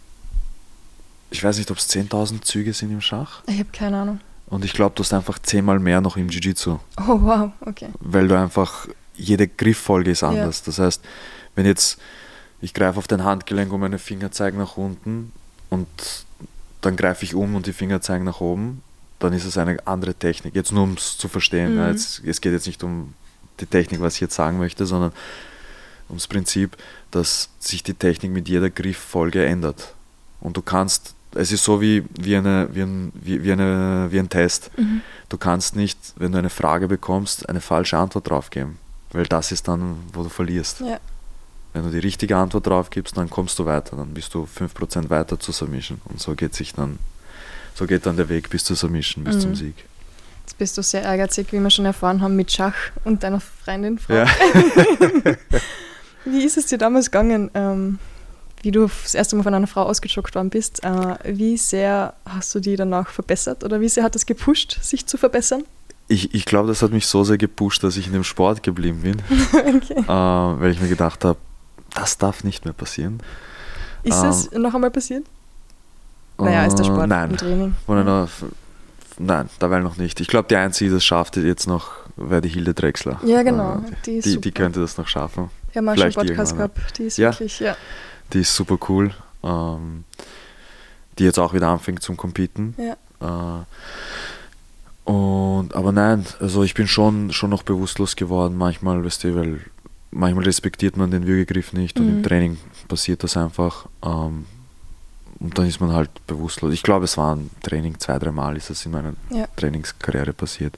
ich weiß nicht, ob es 10.000 Züge sind im Schach. Ich habe keine Ahnung. Und ich glaube, du hast einfach 10-mal mehr noch im Jiu-Jitsu. Oh, wow, okay. Weil du einfach, jede Grifffolge ist anders. Ja. Das heißt, wenn jetzt, ich greife auf dein Handgelenk und meine Finger zeigen nach unten und dann greife ich um und die Finger zeigen nach oben, dann ist es eine andere Technik. Jetzt nur, um es zu verstehen. Ja, es geht jetzt nicht um die Technik, was ich jetzt sagen möchte, sondern ums Prinzip, dass sich die Technik mit jeder Grifffolge ändert. Und du kannst, es ist so wie ein Test. Du kannst nicht, wenn du eine Frage bekommst, eine falsche Antwort drauf geben, weil das ist dann, wo du verlierst. Ja. Wenn du die richtige Antwort drauf gibst, dann kommst du weiter, dann bist du 5% weiter zur Submission und so geht dann der Weg bis zur Submission, bis zum Sieg. Jetzt bist du sehr ehrgeizig, wie wir schon erfahren haben, mit Schach und deiner Freundin. Ja. Wie ist es dir damals gegangen, wie du das erste Mal von einer Frau ausgejoggt worden bist? Wie sehr hast du die danach verbessert oder wie sehr hat das gepusht, sich zu verbessern? Ich glaube, das hat mich so sehr gepusht, dass ich in dem Sport geblieben bin, Okay. weil ich mir gedacht habe, das darf nicht mehr passieren. Ist es noch einmal passiert? Naja, ist der Sport nein. im Training. Nein, dabei noch nicht. Ich glaube, die Einzige, die das schafft, jetzt noch, wäre die Hilde Drechsler. Ja, genau. Die ist die könnte das noch schaffen. Wir haben auch schon einen Vielleicht Podcast irgendwann, gehabt. Die ist Ja. wirklich, ja. Die ist super cool. Die jetzt auch wieder anfängt zum Competen. Ja. Aber nein, also ich bin schon noch bewusstlos geworden manchmal, weißt du, weil manchmal respektiert man den Würgegriff nicht und im Training passiert das einfach. Und dann ist man halt bewusstlos. Ich glaube, es war ein Training 2-3 Mal, ist das in meiner Trainingskarriere passiert.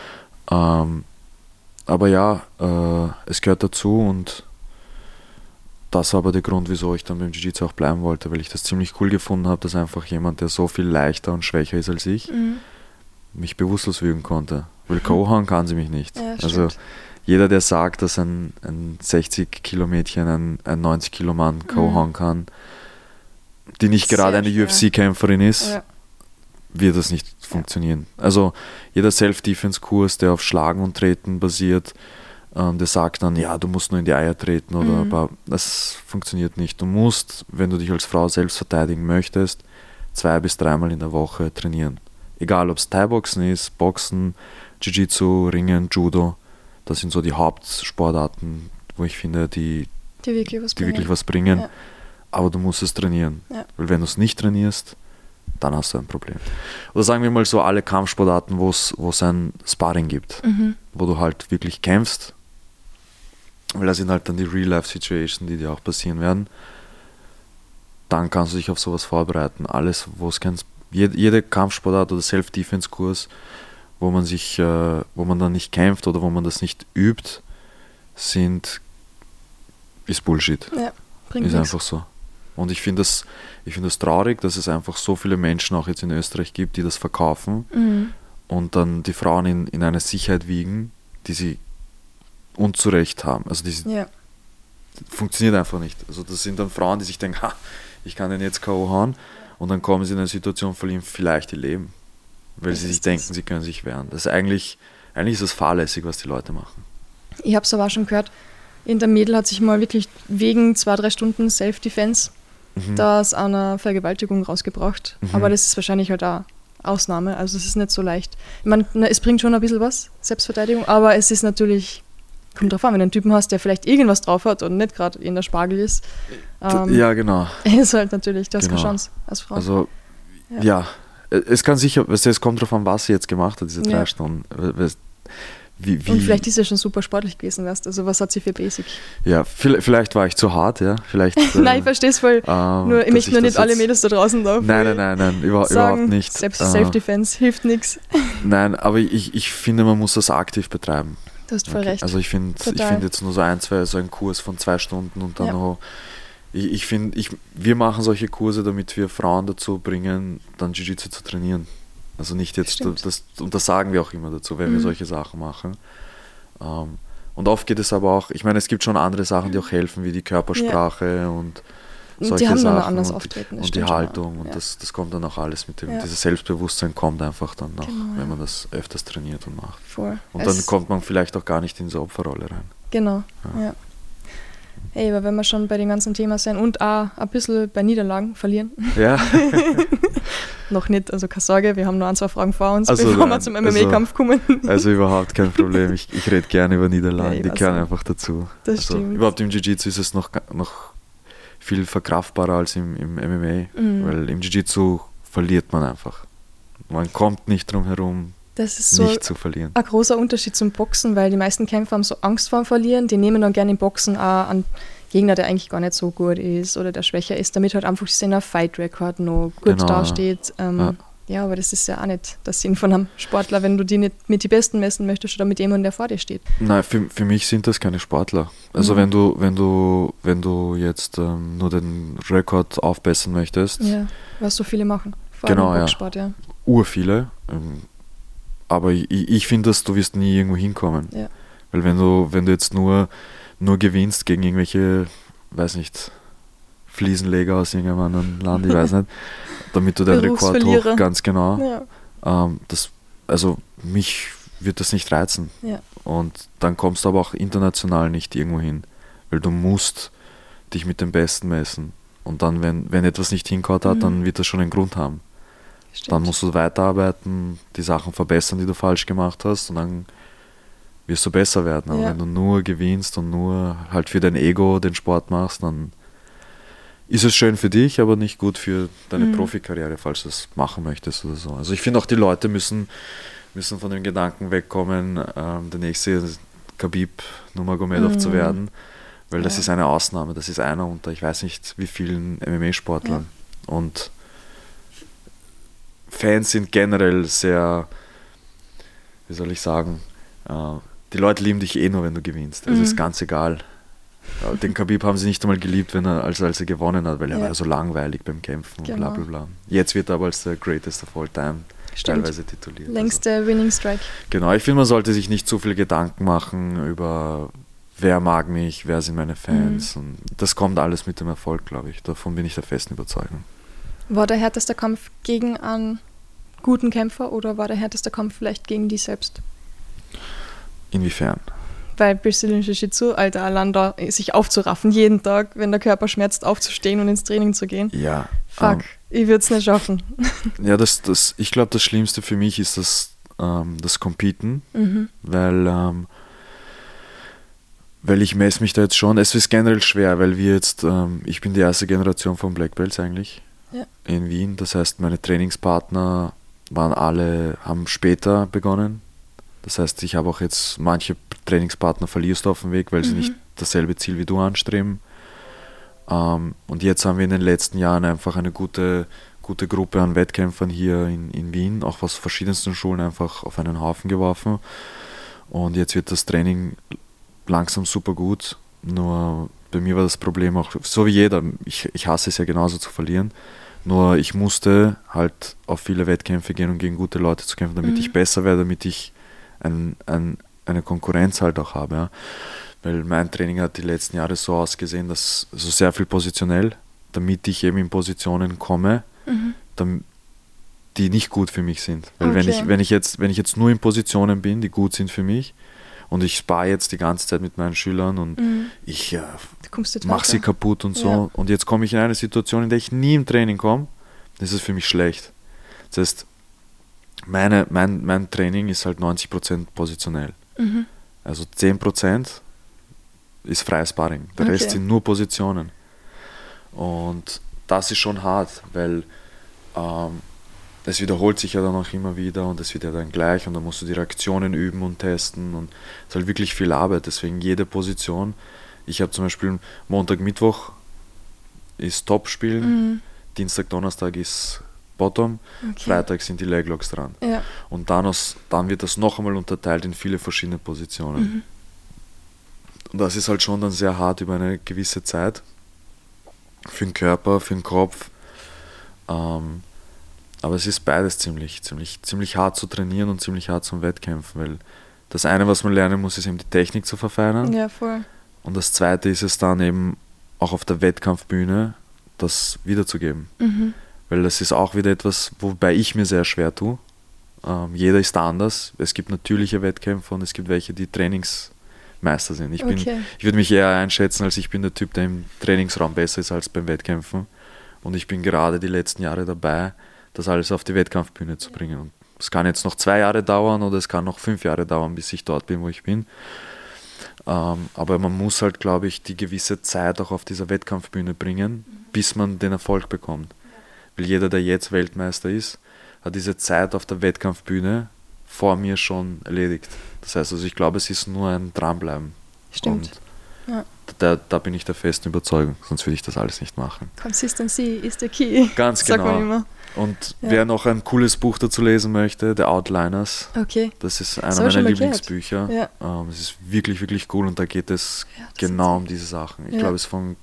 Aber ja, es gehört dazu und das war aber der Grund, wieso ich dann beim Jiu-Jitsu auch bleiben wollte, weil ich das ziemlich cool gefunden habe, dass einfach jemand, der so viel leichter und schwächer ist als ich, mich bewusstlos würgen konnte. Weil Kohan kann sie mich nicht. Ja, also stimmt. jeder, der sagt, dass ein 60-Kilo-Mädchen ein 90-Kilo-Mann Kohan kann, die nicht Sehr gerade eine schwer. UFC-Kämpferin ist, Ja. wird das nicht funktionieren. Also jeder Self-Defense-Kurs, der auf Schlagen und Treten basiert, der sagt dann, ja, du musst nur in die Eier treten, oder aber das funktioniert nicht. Du musst, wenn du dich als Frau selbst verteidigen möchtest, 2 bis 3 Mal in der Woche trainieren. Egal, ob es Thai-Boxen ist, Boxen, Jiu-Jitsu, Ringen, Judo, das sind so die Hauptsportarten, wo ich finde, die wirklich was bringen. Ja. Aber du musst es trainieren. Ja. Weil wenn du es nicht trainierst, dann hast du ein Problem. Oder sagen wir mal so, alle Kampfsportarten, wo es ein Sparring gibt, wo du halt wirklich kämpfst, weil das sind halt dann die Real-Life-Situations, die dir auch passieren werden, dann kannst du dich auf sowas vorbereiten. Alles, wo es jede Kampfsportart oder Self-Defense-Kurs, wo man dann nicht kämpft oder wo man das nicht übt, ist Bullshit. Ja, bringt Ist nichts. einfach so. Und ich finde das traurig, dass es einfach so viele Menschen auch jetzt in Österreich gibt, die das verkaufen und dann die Frauen in einer Sicherheit wiegen, die sie unzurecht haben. Also funktioniert einfach nicht. Also das sind dann Frauen, die sich denken, ich kann den jetzt K.O. hauen, und dann kommen sie in eine Situation, verlieren vielleicht ihr Leben, weil sie sich denken, sie können sich wehren. Das ist eigentlich ist es fahrlässig, was die Leute machen. Ich habe es aber auch schon gehört, irgendein Mädel hat sich mal wirklich wegen 2-3 Stunden Self-Defense aus einer Vergewaltigung rausgebracht. Aber das ist wahrscheinlich halt auch Ausnahme, also es ist nicht so leicht. Ich meine, es bringt schon ein bisschen was, Selbstverteidigung, aber es ist natürlich, kommt drauf an, wenn du einen Typen hast, der vielleicht irgendwas drauf hat und nicht gerade in der Spargel ist. Ja, genau. Ist halt natürlich, du hast keine Genau. Chance als Frau. Also, ja. Es kann sicher, es kommt drauf an, was sie jetzt gemacht hat, diese 3 Stunden. Wie, und vielleicht ist sie schon super sportlich gewesen, weißt du? Also was hat sie für Basic? Ja, vielleicht war ich zu hart, ja. Vielleicht, Nein, ich verstehe es voll. Nur ich möchte nur nicht alle Mädels da draußen da Nein, überhaupt nicht. Self-Defense hilft nichts. Nein, aber ich finde, man muss das aktiv betreiben. Du hast voll recht. Also ich finde jetzt nur so ein Kurs von 2 Stunden und dann noch. Wir machen solche Kurse, damit wir Frauen dazu bringen, dann Jiu-Jitsu zu trainieren. Also nicht jetzt, und das sagen wir auch immer dazu, wenn wir solche Sachen machen. Und oft geht es aber auch, ich meine, es gibt schon andere Sachen, die auch helfen, wie die Körpersprache und solche die haben Sachen dann anders auftreten. und die Haltung und das kommt dann auch alles mit dem, dieses Selbstbewusstsein kommt einfach dann noch, wenn man das öfters trainiert und macht. Voll. Und dann kommt man vielleicht auch gar nicht in so eine Opferrolle rein. Genau, ja. Hey, aber wenn wir schon bei dem ganzen Thema sind und auch ein bisschen bei Niederlagen verlieren. Ja. Noch nicht, also keine Sorge, wir haben noch 1-2 Fragen vor uns, Also bevor wir zum MMA-Kampf kommen. Also überhaupt kein Problem. Ich rede gerne über Niederlagen, die gehören einfach dazu. Das stimmt. Überhaupt im Jiu-Jitsu ist es noch viel verkraftbarer als im MMA, weil im Jiu-Jitsu verliert man einfach. Man kommt nicht drum herum, das ist so nicht zu verlieren. Ein großer Unterschied zum Boxen, weil die meisten Kämpfer haben so Angst vor dem Verlieren. Die nehmen dann gerne im Boxen auch einen Gegner, der eigentlich gar nicht so gut ist oder der schwächer ist, damit halt einfach seiner Fight-Record noch gut dasteht. Ja, aber das ist ja auch nicht der Sinn von einem Sportler, wenn du die nicht mit den Besten messen möchtest oder mit jemandem, der vor dir steht. Nein, für mich sind das keine Sportler. Also wenn du jetzt nur den Rekord aufbessern möchtest. Ja, was so viele machen. Vor allem im Boxsport, ja. Urviele. Aber ich finde, dass du wirst nie irgendwo hinkommen. Ja. Weil wenn du jetzt nur gewinnst gegen irgendwelche, weiß nicht, Fliesenleger aus irgendeinem anderen Land, ich weiß nicht, damit du deinen Rekord ganz genau. Ja. Also mich wird das nicht reizen. Ja. Und dann kommst du aber auch international nicht irgendwo hin, weil du musst dich mit dem Besten messen. Und dann, wenn etwas nicht hingehauen hat, dann wird das schon einen Grund haben. Stimmt. Dann musst du weiterarbeiten, die Sachen verbessern, die du falsch gemacht hast, und dann wirst du besser werden. Aber wenn du nur gewinnst und nur halt für dein Ego den Sport machst, dann ist es schön für dich, aber nicht gut für deine Profikarriere, falls du es machen möchtest oder so. Also ich finde auch, die Leute müssen von dem Gedanken wegkommen, der nächste Khabib Nurmagomedov zu werden, weil das ist eine Ausnahme, das ist einer unter, ich weiß nicht wie vielen MMA-Sportlern. Und Fans sind generell sehr, wie soll ich sagen, die Leute lieben dich eh nur, wenn du gewinnst. Es ist ganz egal. Den Khabib haben sie nicht einmal geliebt, als er gewonnen hat, weil er war so langweilig beim Kämpfen und bla bla bla. Jetzt wird er aber als der Greatest of All Time teilweise tituliert. Längste Winning Strike. Genau, ich finde, man sollte sich nicht zu viel Gedanken machen über, wer mag mich, wer sind meine Fans. Und das kommt alles mit dem Erfolg, glaube ich. Davon bin ich der festen Überzeugung. War der härteste Kampf gegen einen guten Kämpfer oder war der härteste Kampf vielleicht gegen dich selbst? Inwiefern? Weil Brazilian Jiu-Jitsu, Alter, allein da sich aufzuraffen, jeden Tag, wenn der Körper schmerzt, aufzustehen und ins Training zu gehen. Ja. Fuck, ich würde es nicht schaffen. Ja, ich glaube, das Schlimmste für mich ist das Competen, weil ich messe mich da jetzt schon. Es ist generell schwer, weil ich bin die erste Generation von Black Belts eigentlich in Wien. Das heißt, meine Trainingspartner haben später begonnen. Das heißt, ich habe auch jetzt manche Trainingspartner verlierst du auf dem Weg, weil sie nicht dasselbe Ziel wie du anstreben. Und jetzt haben wir in den letzten Jahren einfach eine gute Gruppe an Wettkämpfern hier in Wien, auch aus verschiedensten Schulen, einfach auf einen Haufen geworfen. Und jetzt wird das Training langsam super gut. Nur bei mir war das Problem auch, so wie jeder, ich hasse es ja genauso zu verlieren. Nur ich musste halt auf viele Wettkämpfe gehen, um gegen gute Leute zu kämpfen, damit ich besser werde, damit ich eine Konkurrenz halt auch habe. Ja. Weil mein Training hat die letzten Jahre so ausgesehen, dass so sehr viel positionell, damit ich eben in Positionen komme, die nicht gut für mich sind. Weil wenn ich jetzt nur in Positionen bin, die gut sind für mich, und ich spare jetzt die ganze Zeit mit meinen Schülern und ich mache sie kaputt und so, und jetzt komme ich in eine Situation, in der ich nie im Training komme, das ist für mich schlecht. Das heißt, mein Training ist halt 90% positionell. Also 10% ist freies Sparring. Der Rest sind nur Positionen. Und das ist schon hart, weil es wiederholt sich ja dann auch immer wieder und es wird ja dann gleich und dann musst du die Reaktionen üben und testen und es ist halt wirklich viel Arbeit. Deswegen jede Position. Ich habe zum Beispiel Montag, Mittwoch ist Top-Spielen, Dienstag, Donnerstag ist Bottom, Freitag sind die Leglocks dran. Ja. Und dann wird das noch einmal unterteilt in viele verschiedene Positionen. Und das ist halt schon dann sehr hart über eine gewisse Zeit. Für den Körper, für den Kopf. Aber es ist beides ziemlich hart zu trainieren und ziemlich hart zum Wettkämpfen, weil das eine, was man lernen muss, ist eben die Technik zu verfeinern. Ja, voll. Und das zweite ist es dann eben auch auf der Wettkampfbühne, das wiederzugeben. Weil das ist auch wieder etwas, wobei ich mir sehr schwer tue. Jeder ist da anders. Es gibt natürliche Wettkämpfer und es gibt welche, die Trainingsmeister sind. Ich würde mich eher einschätzen, als ich bin der Typ, der im Trainingsraum besser ist als beim Wettkämpfen. Und ich bin gerade die letzten Jahre dabei, das alles auf die Wettkampfbühne zu bringen. Und es kann jetzt noch 2 Jahre dauern oder es kann noch 5 Jahre dauern, bis ich dort bin, wo ich bin. Aber man muss halt, glaube ich, die gewisse Zeit auch auf dieser Wettkampfbühne bringen, bis man den Erfolg bekommt. Weil jeder, der jetzt Weltmeister ist, hat diese Zeit auf der Wettkampfbühne vor mir schon erledigt. Das heißt, also ich glaube, es ist nur ein Dranbleiben. Stimmt. Und da bin ich der festen Überzeugung, sonst würde ich das alles nicht machen. Consistency is the key. Ganz genau. Sagt man immer. Und wer noch ein cooles Buch dazu lesen möchte, The Outliners, das ist einer meiner Lieblingsbücher. Ja. Es ist wirklich, wirklich cool und da geht es genau um diese Sachen. Ich glaube, es ist von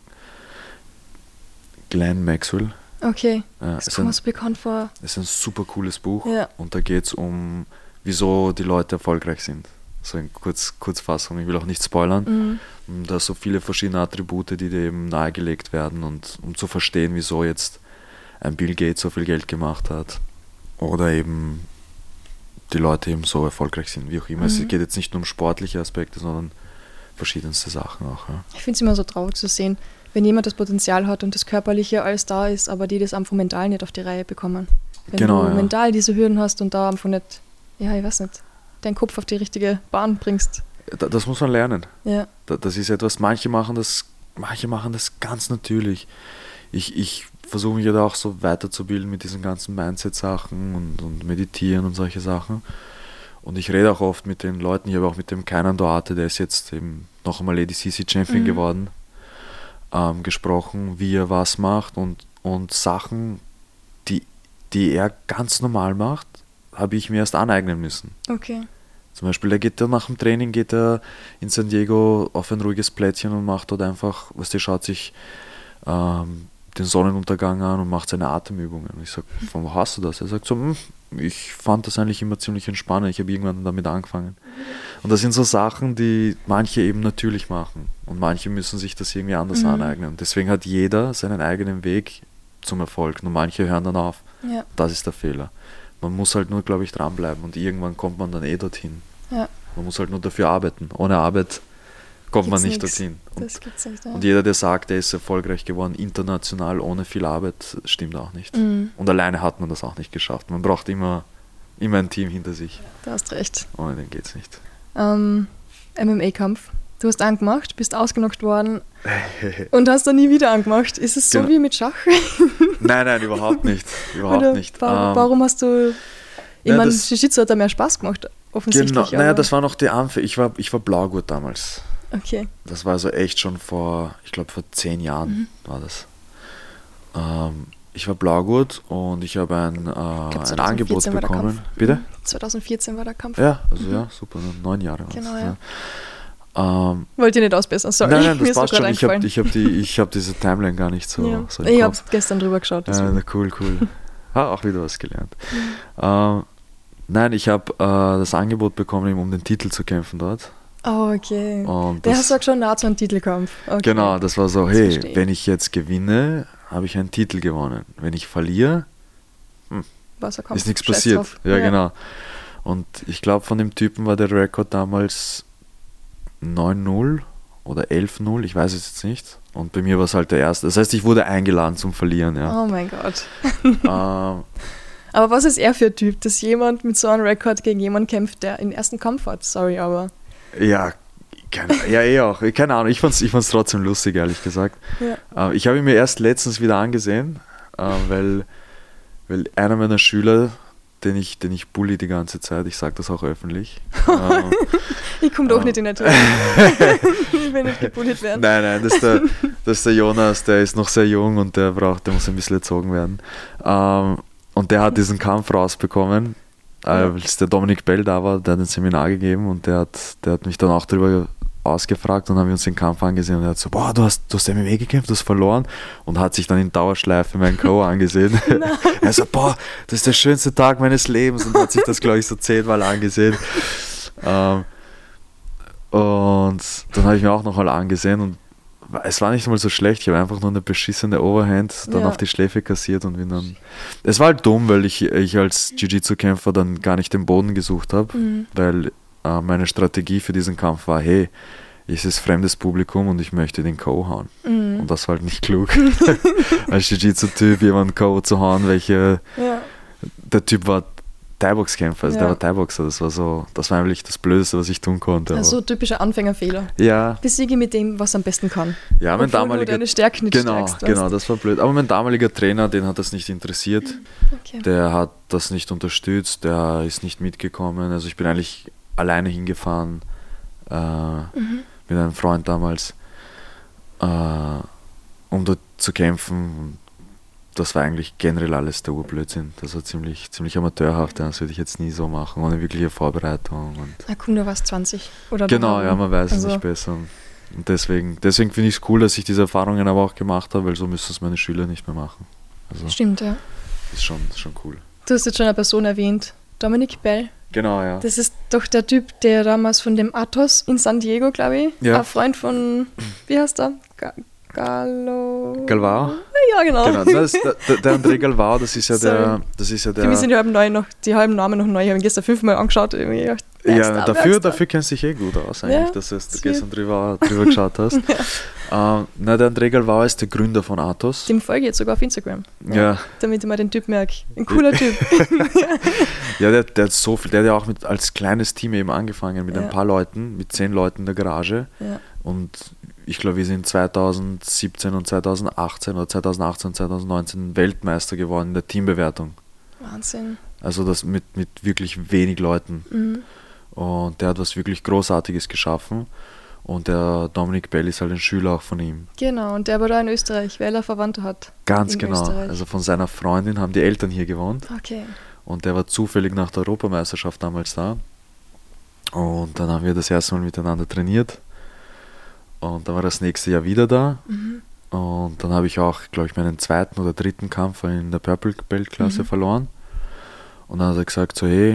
Glenn Maxwell. Okay, das kommt so bekannt vor. Es ist ein super cooles Buch und da geht es um, wieso die Leute erfolgreich sind. So in Kurzfassung, ich will auch nicht spoilern. Da so viele verschiedene Attribute, die dir eben nahegelegt werden und um zu verstehen, wieso jetzt ein Bill Gates so viel Geld gemacht hat oder eben die Leute eben so erfolgreich sind, wie auch immer. Es geht jetzt nicht nur um sportliche Aspekte, sondern verschiedenste Sachen auch. Ja. Ich finde es immer so traurig zu sehen, wenn jemand das Potenzial hat und das Körperliche alles da ist, aber die das einfach mental nicht auf die Reihe bekommen. Wenn du mental diese Hürden hast und da einfach nicht, ja, ich weiß nicht, deinen Kopf auf die richtige Bahn bringst. Das muss man lernen. Ja. Das ist etwas, manche machen das ganz natürlich. Ich versuche mich ja da auch so weiterzubilden mit diesen ganzen Mindset-Sachen und Meditieren und solche Sachen. Und ich rede auch oft mit den Leuten, ich habe auch mit dem Kainan Duarte, der ist jetzt eben noch einmal ADCC-Champion geworden, gesprochen, wie er was macht und Sachen, die er ganz normal macht, habe ich mir erst aneignen müssen. Okay. Zum Beispiel, nach dem Training geht er in San Diego auf ein ruhiges Plätzchen und macht dort einfach, schaut sich den Sonnenuntergang an und macht seine Atemübungen. Und ich sage, von wo hast du das? Er sagt so, ich fand das eigentlich immer ziemlich entspannend, ich habe irgendwann damit angefangen. Und das sind so Sachen, die manche eben natürlich machen und manche müssen sich das irgendwie anders aneignen. Und deswegen hat jeder seinen eigenen Weg zum Erfolg, nur manche hören dann auf. Ja. Das ist der Fehler. Man muss halt nur, glaube ich, dranbleiben und irgendwann kommt man dann dorthin. Ja. Man muss halt nur dafür arbeiten. Ohne Arbeit kommt man nicht dorthin. Und jeder, der sagt, er ist erfolgreich geworden, international, ohne viel Arbeit, stimmt auch nicht. Und alleine hat man das auch nicht geschafft. Man braucht immer ein Team hinter sich. Du hast recht. Ohne den geht's nicht. MMA-Kampf. Du hast angemacht, bist ausgenockt worden und hast dann nie wieder angemacht. Ist es so wie mit Schach? Nein, überhaupt nicht. Warum hast du... Ich meine, Jiu-Jitsu hat da mehr Spaß gemacht, offensichtlich. Genau, das war noch die Anfänge. Ich war Blaugurt damals. Okay. Das war also echt schon vor 10 Jahren war das. Ich war Blaugurt und ich habe ein Angebot bekommen. Bitte? 2014 war der Kampf. Ja, also ja, super, 9 Jahre. Genau, ja. Wollte ich nicht ausbessern, sorry. Nein, das passt schon. Ich hab diese Timeline gar nicht so, ja. so Ich habe gestern drüber geschaut. Cool. Auch wieder was gelernt. Nein, ich habe das Angebot bekommen, um den Titel zu kämpfen dort. Oh, okay. Der hast du auch schon nah zu einem Titelkampf. Okay. Genau, das war so, hey, wenn ich jetzt gewinne, habe ich einen Titel gewonnen. Wenn ich verliere, ist nichts passiert. Ja, genau. Und ich glaube, von dem Typen war der Rekord damals 9-0 oder 11-0, ich weiß es jetzt nicht. Und bei mir war es halt der erste. Das heißt, ich wurde eingeladen zum Verlieren. Ja. Oh mein Gott. Aber was ist er für ein Typ, dass jemand mit so einem Rekord gegen jemanden kämpft, der den ersten Kampf hat? Sorry, aber... Ja, auch. Keine Ahnung, ich fand's trotzdem lustig, ehrlich gesagt. Ja. Ich habe ihn mir erst letztens wieder angesehen, weil einer meiner Schüler, den ich bully die ganze Zeit, ich sage das auch öffentlich. Ich komme doch nicht in der Tür. Ich will nicht gebullied werden. Nein, das ist der Jonas, der ist noch sehr jung und der muss ein bisschen erzogen werden. Und der hat diesen Kampf rausbekommen, als der Dominik Bell da war, der hat ein Seminar gegeben und der hat mich dann auch darüber ausgefragt und haben wir uns den Kampf angesehen und er hat so, boah, du hast MMA gekämpft, du hast verloren und hat sich dann in Dauerschleife meinen K.O. angesehen. Er so, boah, das ist der schönste Tag meines Lebens und hat sich das, glaube ich, so 10-mal angesehen. Und dann habe ich mir auch noch mal angesehen und es war nicht mal so schlecht, ich habe einfach nur eine beschissene Overhand dann auf die Schläfe kassiert und bin dann... Es war halt dumm, weil ich als Jiu-Jitsu-Kämpfer dann gar nicht den Boden gesucht habe, weil meine Strategie für diesen Kampf war, hey, es ist fremdes Publikum und ich möchte den K.O. hauen. Und das war halt nicht klug, als Jiu-Jitsu-Typ jemanden K.O. zu hauen, der Typ war Thai-Box-Kämpfer, also der war Thai-Boxer, das war eigentlich das Blödeste, was ich tun konnte. Also typischer Anfängerfehler. Ja. Besiege mit dem, was am besten kann. Ja, mein damaliger... du deine Stärken nicht stärkst, genau, das war blöd. Aber mein damaliger Trainer, den hat das nicht interessiert. Okay. Der hat das nicht unterstützt, der ist nicht mitgekommen. Also ich bin eigentlich alleine hingefahren mit einem Freund damals, um dort zu kämpfen. Das war eigentlich generell alles der Urblödsinn. Das war ziemlich amateurhaft. Das würde ich jetzt nie so machen, ohne wirkliche Vorbereitung. Na komm, du warst 20. Oder genau, ja, man weiß es nicht besser. Und deswegen finde ich es cool, dass ich diese Erfahrungen aber auch gemacht habe, weil so müssen es meine Schüler nicht mehr machen. Also, stimmt, ja. Ist schon cool. Du hast jetzt schon eine Person erwähnt, Dominik Bell. Genau, ja. Das ist doch der Typ, der damals von dem Athos in San Diego, glaube ich, ein Freund von, wie heißt er? Galvao? Ja, genau. Der André Galvao, das ist ja der. Für mich sind die halben Namen noch neu. Ich habe ihn gestern 5-mal angeschaut. Ja, dafür kennst du dich eh gut aus eigentlich, dass du gestern drüber geschaut hast. Der André Galvao ist der Gründer von Athos. Dem folge ich jetzt sogar auf Instagram. Ja. Damit ich mal den Typ merke. Ein cooler Typ. Ja, der hat so viel, der hat ja auch als kleines Team eben angefangen, mit ein paar Leuten, mit 10 Leuten in der Garage. Ja. Und ich glaube, wir sind 2017 und 2018 oder 2018 und 2019 Weltmeister geworden in der Teambewertung. Wahnsinn. Also das mit wirklich wenig Leuten. Mhm. Und der hat was wirklich Großartiges geschaffen. Und der Dominik Bell ist halt ein Schüler auch von ihm. Genau, und der war da in Österreich, weil er Verwandte hat. Ganz genau. Österreich. Also von seiner Freundin haben die Eltern hier gewohnt. Okay. Und der war zufällig nach der Europameisterschaft damals da. Und dann haben wir das erste Mal miteinander trainiert. Und dann war das nächste Jahr wieder da. Mhm. Und dann habe ich auch, glaube ich, meinen zweiten oder dritten Kampf in der Purple Belt Klasse verloren. Und dann hat er gesagt so, hey,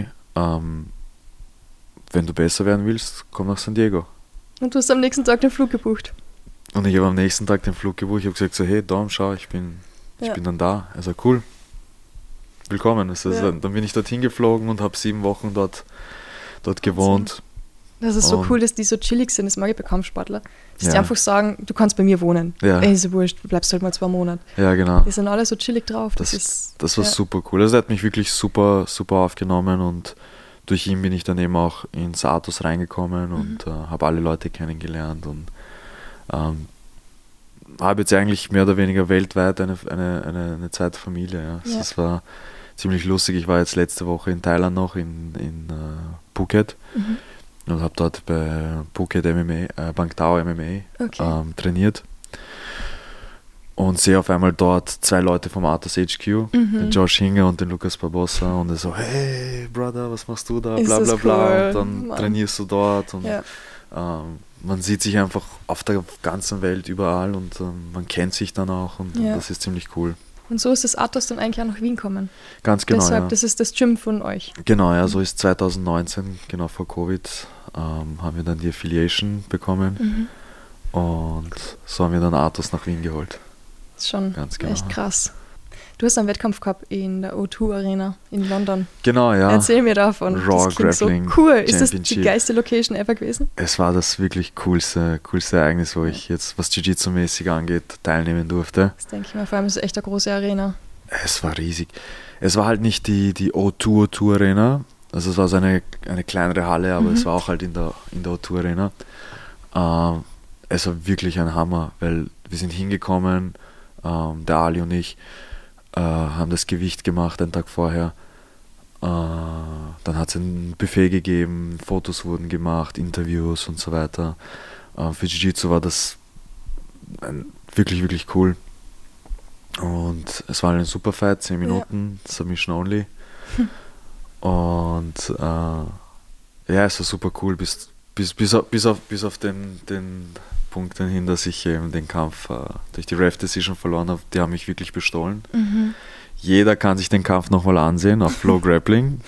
wenn du besser werden willst, komm nach San Diego. Und du hast am nächsten Tag den Flug gebucht. Und ich habe am nächsten Tag den Flug gebucht. Ich habe gesagt so, hey Dom, schau, ich bin dann da. Also cool, willkommen. Also, dann bin ich dorthin geflogen und habe 7 Wochen dort gewohnt. Das ist so cool, dass die so chillig sind, das mag ich bei Kampfsportler. Dass die einfach sagen, du kannst bei mir wohnen. Ja. Ey, ist ja wurscht, du bleibst halt mal 2 Monate. Ja, genau. Die sind alle so chillig drauf. Das war super cool. Also er hat mich wirklich super, super aufgenommen und durch ihn bin ich dann eben auch ins Athos reingekommen und habe alle Leute kennengelernt und habe jetzt eigentlich mehr oder weniger weltweit eine zweite Familie. Ja. Ja. Das war ziemlich lustig. Ich war jetzt letzte Woche in Thailand noch, in Phuket. Und habe dort bei Phuket MMA, Bangtao MMA trainiert. Und sehe auf einmal dort 2 Leute vom Athos HQ, den Josh Hinger und den Lukas Barbosa. Und er so, hey Brother, was machst du da? Bla bla bla. Cool. Und dann trainierst du dort. Und man sieht sich einfach auf der ganzen Welt überall und man kennt sich dann auch. Und das ist ziemlich cool. Und so ist das Athos dann eigentlich auch nach Wien gekommen. Ganz genau, Deshalb, das ist das Gym von euch. Genau, ja, so ist 2019, genau vor Covid, haben wir dann die Affiliation bekommen und so haben wir dann Athos nach Wien geholt. Das ist schon ganz genau. Echt krass. Du hast einen Wettkampf gehabt in der O2 Arena in London. Genau, ja. Erzähl mir davon. Raw das klingt Grappling so cool. Ist das die geilste Location ever gewesen? Es war das wirklich coolste Ereignis, wo ich jetzt, was Jiu-Jitsu-mäßig angeht, teilnehmen durfte. Das denke ich mal, vor allem ist es echt eine große Arena. Es war riesig. Es war halt nicht die O2 Arena, also es war so eine kleinere Halle, aber es war auch halt in der O2 Arena. Es war wirklich ein Hammer, weil wir sind hingekommen, der Ali und ich haben das Gewicht gemacht einen Tag vorher. Dann hat es ein Buffet gegeben, Fotos wurden gemacht, Interviews und so weiter. Für Jiu-Jitsu war das wirklich, wirklich cool. Und es war ein super Fight, 10 Minuten, Submission only. Und es war super cool, bis auf den Punkt hin, dass ich eben den Kampf durch die Ref-Decision verloren habe. Die haben mich wirklich bestohlen. Jeder kann sich den Kampf nochmal ansehen auf Flow Grappling.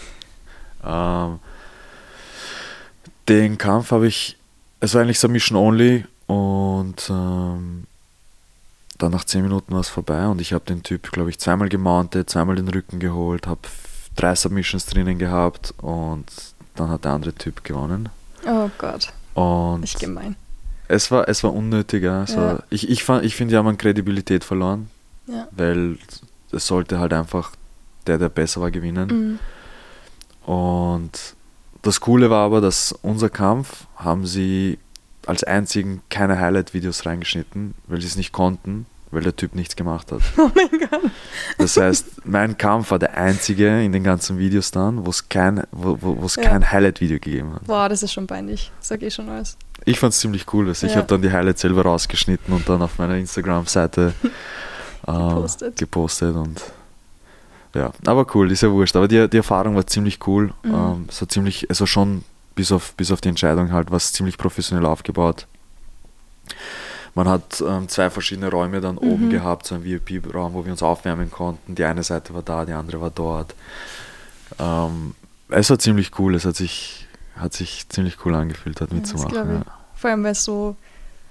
Den Kampf habe ich, es war eigentlich Submission only und dann nach 10 Minuten war es vorbei und ich habe den Typ, glaube ich, 2-mal gemountet, 2-mal den Rücken geholt, habe 3 Submissions drinnen gehabt und dann hat der andere Typ gewonnen. Oh Gott. Und echt gemein. Es war unnötig, ja. Ich finde, die haben an Kredibilität verloren, weil es sollte halt einfach der besser war, gewinnen. Und das Coole war aber, dass unser Kampf haben sie als einzigen keine Highlight-Videos reingeschnitten, weil sie es nicht konnten, weil der Typ nichts gemacht hat. Oh mein Gott. Das heißt, mein Kampf war der einzige in den ganzen Videos dann, wo es kein Highlight-Video gegeben hat. Boah, das ist schon peinlich. Sag ich schon alles. Ich fand es ziemlich cool. Also ich habe dann die Highlights selber rausgeschnitten und dann auf meiner Instagram-Seite gepostet und ja, aber cool, ist ja wurscht. Aber die Erfahrung war ziemlich cool. Es war schon bis auf die Entscheidung halt was ziemlich professionell aufgebaut. Man hat 2 verschiedene Räume dann oben gehabt, so ein VIP-Raum, wo wir uns aufwärmen konnten. Die eine Seite war da, die andere war dort. Es war ziemlich cool, es hat sich ziemlich cool angefühlt, mitzumachen. Ja. Vor allem, weil es so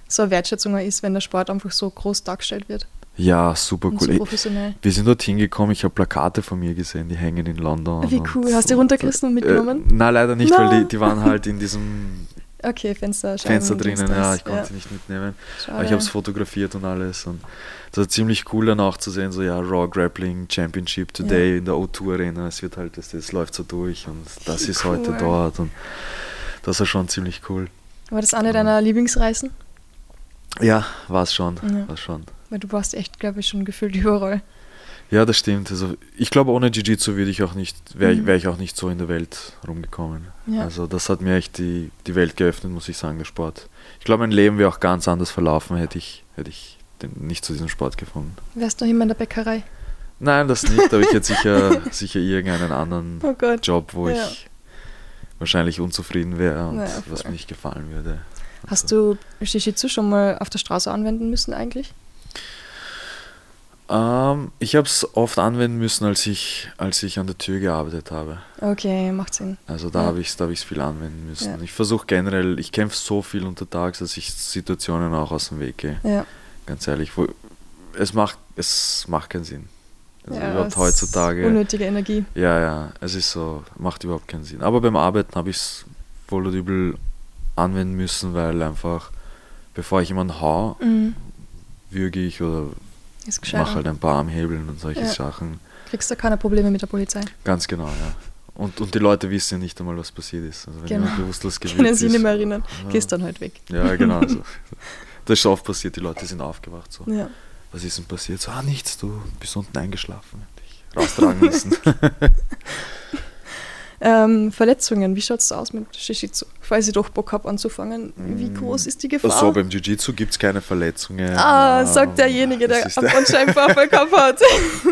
so eine Wertschätzung ist, wenn der Sport einfach so groß dargestellt wird. Ja, super Und cool. so professionell. Wir sind dort hingekommen, ich habe Plakate von mir gesehen, die hängen in London. Wie cool. Hast du die runtergerissen und mitgenommen? Nein, leider nicht, Nein. weil die waren halt in diesem Okay, Fenster drinnen. Ja, ich konnte sie nicht mitnehmen. Schade. Aber ich habe es fotografiert und alles. Und das war ziemlich cool danach zu sehen, so ja, Raw Grappling Championship Today in der O2 Arena. Es wird halt, das läuft so durch und das ist cool. heute dort. Und das war schon ziemlich cool. War das eine deiner Lieblingsreisen? Ja, war es schon. Ja. War's schon. Weil du warst echt, glaube ich, schon gefühlt überall. Ja, das stimmt. Also ich glaube, ohne Jiu-Jitsu wäre ich auch nicht so in der Welt rumgekommen. Ja. Also das hat mir echt die Welt geöffnet, muss ich sagen, der Sport. Ich glaube, mein Leben wäre auch ganz anders verlaufen, hätte ich nicht zu diesem Sport gefunden. Wärst du noch immer in der Bäckerei? Nein, das nicht, aber ich hätte sicher irgendeinen anderen Oh Gott. Job, wo Ja. ich wahrscheinlich unzufrieden wäre und Ja, was voll. mir nicht gefallen würde. Hast du Jiu-Jitsu schon mal auf der Straße anwenden müssen eigentlich? Ich habe es oft anwenden müssen, als ich an der Tür gearbeitet habe. Okay, macht Sinn. Also da Ja. habe ich es viel anwenden müssen. Ja. Ich versuche generell, ich kämpfe so viel untertags, dass ich Situationen auch aus dem Weg gehe. Ja. Ganz ehrlich, es macht keinen Sinn. Also Ja, überhaupt es ist heutzutage. Unnötige Energie. Ja, es ist so, macht überhaupt keinen Sinn. Aber beim Arbeiten habe ich es wohl oder übel anwenden müssen, weil einfach, bevor ich jemanden hau, würge ich oder Ist gescheiter. mache halt ein paar Armhebeln und solche Ja. Sachen. Kriegst du keine Probleme mit der Polizei? Ganz genau, ja. Und die Leute wissen ja nicht einmal, was passiert ist. Also wenn Genau. jemand bewusstlos gewürgt Können sie ist. nicht mehr erinnern. Ja. Gehst dann halt weg. Ja, genau. So. Das ist oft passiert, die Leute sind aufgewacht. So. Ja. Was ist denn passiert? So, nichts, du bist unten eingeschlafen. Dich raustragen müssen. Verletzungen, wie schaut es aus mit Jiu-Jitsu? Falls ich doch Bock habe anzufangen, wie groß ist die Gefahr? So, beim Jiu-Jitsu gibt es keine Verletzungen. Sagt derjenige, der das ist einen Bandscheibenvorfall gehabt hat.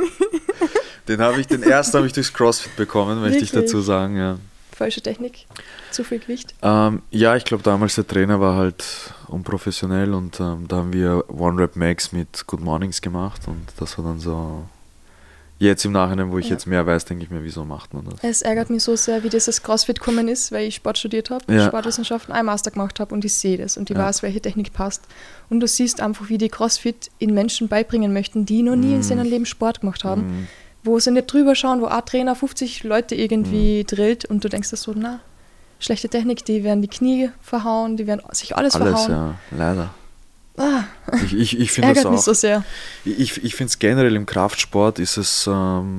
Den ersten habe ich durchs CrossFit bekommen, möchte ich Wirklich? dazu sagen, ja. Falsche Technik, zu viel Gewicht. Ja, ich glaube damals der Trainer war halt unprofessionell und da haben wir One Rep Max mit Good Mornings gemacht und das war dann so, jetzt im Nachhinein, wo ich jetzt mehr weiß, denke ich mir, wieso macht man das? Es ärgert mich so sehr, wie dieses CrossFit gekommen ist, weil ich Sport studiert habe, Ja. Sportwissenschaften, einen Master gemacht habe und ich sehe das und ich Ja. weiß, welche Technik passt. Und du siehst einfach, wie die CrossFit in Menschen beibringen möchten, die noch nie in seinem Leben Sport gemacht haben, wo sie nicht drüber schauen, wo ein Trainer 50 Leute irgendwie drillt und du denkst dir so, na, schlechte Technik, die werden die Knie verhauen, die werden sich alles verhauen. Ja, leider. Ah, Ich finde das ärgert mich auch. so sehr. Ich finde es generell im Kraftsport ist es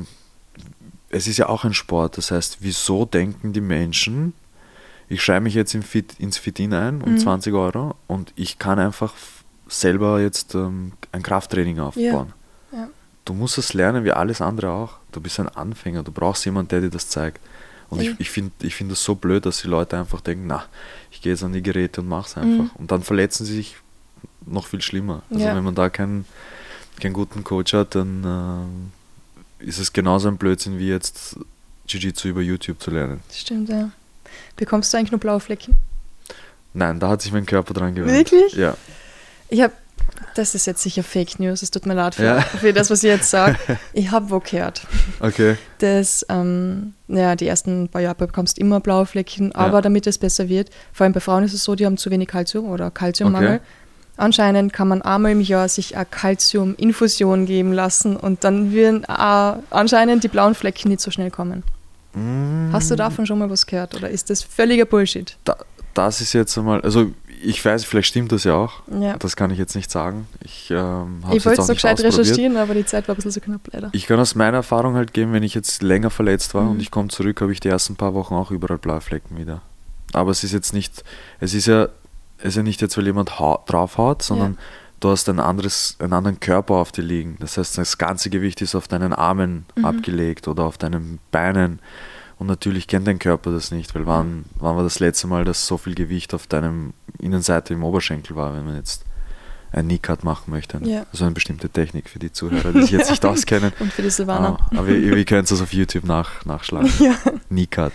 ist ja auch ein Sport. Das heißt, wieso denken die Menschen, ich schreibe mich jetzt ins Fit-In ein um 20 € und ich kann einfach selber jetzt ein Krafttraining aufbauen. Ja. Du musst es lernen wie alles andere auch. Du bist ein Anfänger, du brauchst jemanden, der dir das zeigt. Und Ja. ich finde das so blöd, dass die Leute einfach denken, na, ich gehe jetzt an die Geräte und mach's einfach. Und dann verletzen sie sich noch viel schlimmer. Also Ja. wenn man da keinen guten Coach hat, dann ist es genauso ein Blödsinn wie jetzt Jiu-Jitsu über YouTube zu lernen. Stimmt, ja. Bekommst du eigentlich nur blaue Flecken? Nein, da hat sich mein Körper dran gewöhnt. Wirklich? Ja. Ich habe, das ist jetzt sicher Fake News, es tut mir leid Ja. für das, was ich jetzt sage. Ich habe wo gehört, Okay. dass die ersten paar Jahre bekommst du immer blaue Flecken, aber damit es besser wird, vor allem bei Frauen ist es so, die haben zu wenig Kalzium oder Kalziummangel. Okay. Anscheinend kann man einmal im Jahr sich eine Kalziuminfusion geben lassen und dann werden anscheinend die blauen Flecken nicht so schnell kommen. Hast du davon schon mal was gehört oder ist das völliger Bullshit? Das ist jetzt einmal, also ich weiß, vielleicht stimmt das ja auch. Ja. Das kann ich jetzt nicht sagen. Ich habe Ich wollte es so nicht gescheit ausprobiert. recherchieren, aber die Zeit war ein bisschen so knapp leider. Ich kann aus meiner Erfahrung halt geben, wenn ich jetzt länger verletzt war und ich komme zurück, habe ich die ersten paar Wochen auch überall blaue Flecken wieder. Aber es ist jetzt nicht, es ist ja nicht jetzt, weil jemand draufhaut, sondern du hast einen anderen Körper auf dir liegen. Das heißt, das ganze Gewicht ist auf deinen Armen abgelegt oder auf deinen Beinen. Und natürlich kennt dein Körper das nicht, weil wann war das letzte Mal, dass so viel Gewicht auf deinem Innenseite im Oberschenkel war, wenn man jetzt ein Kneecut machen möchte. Ja. Also eine bestimmte Technik für die Zuhörer, die sich jetzt nicht auskennen. Und für die Silvana. Aber ihr könnt es auf YouTube nachschlagen. Ja. Kneecut.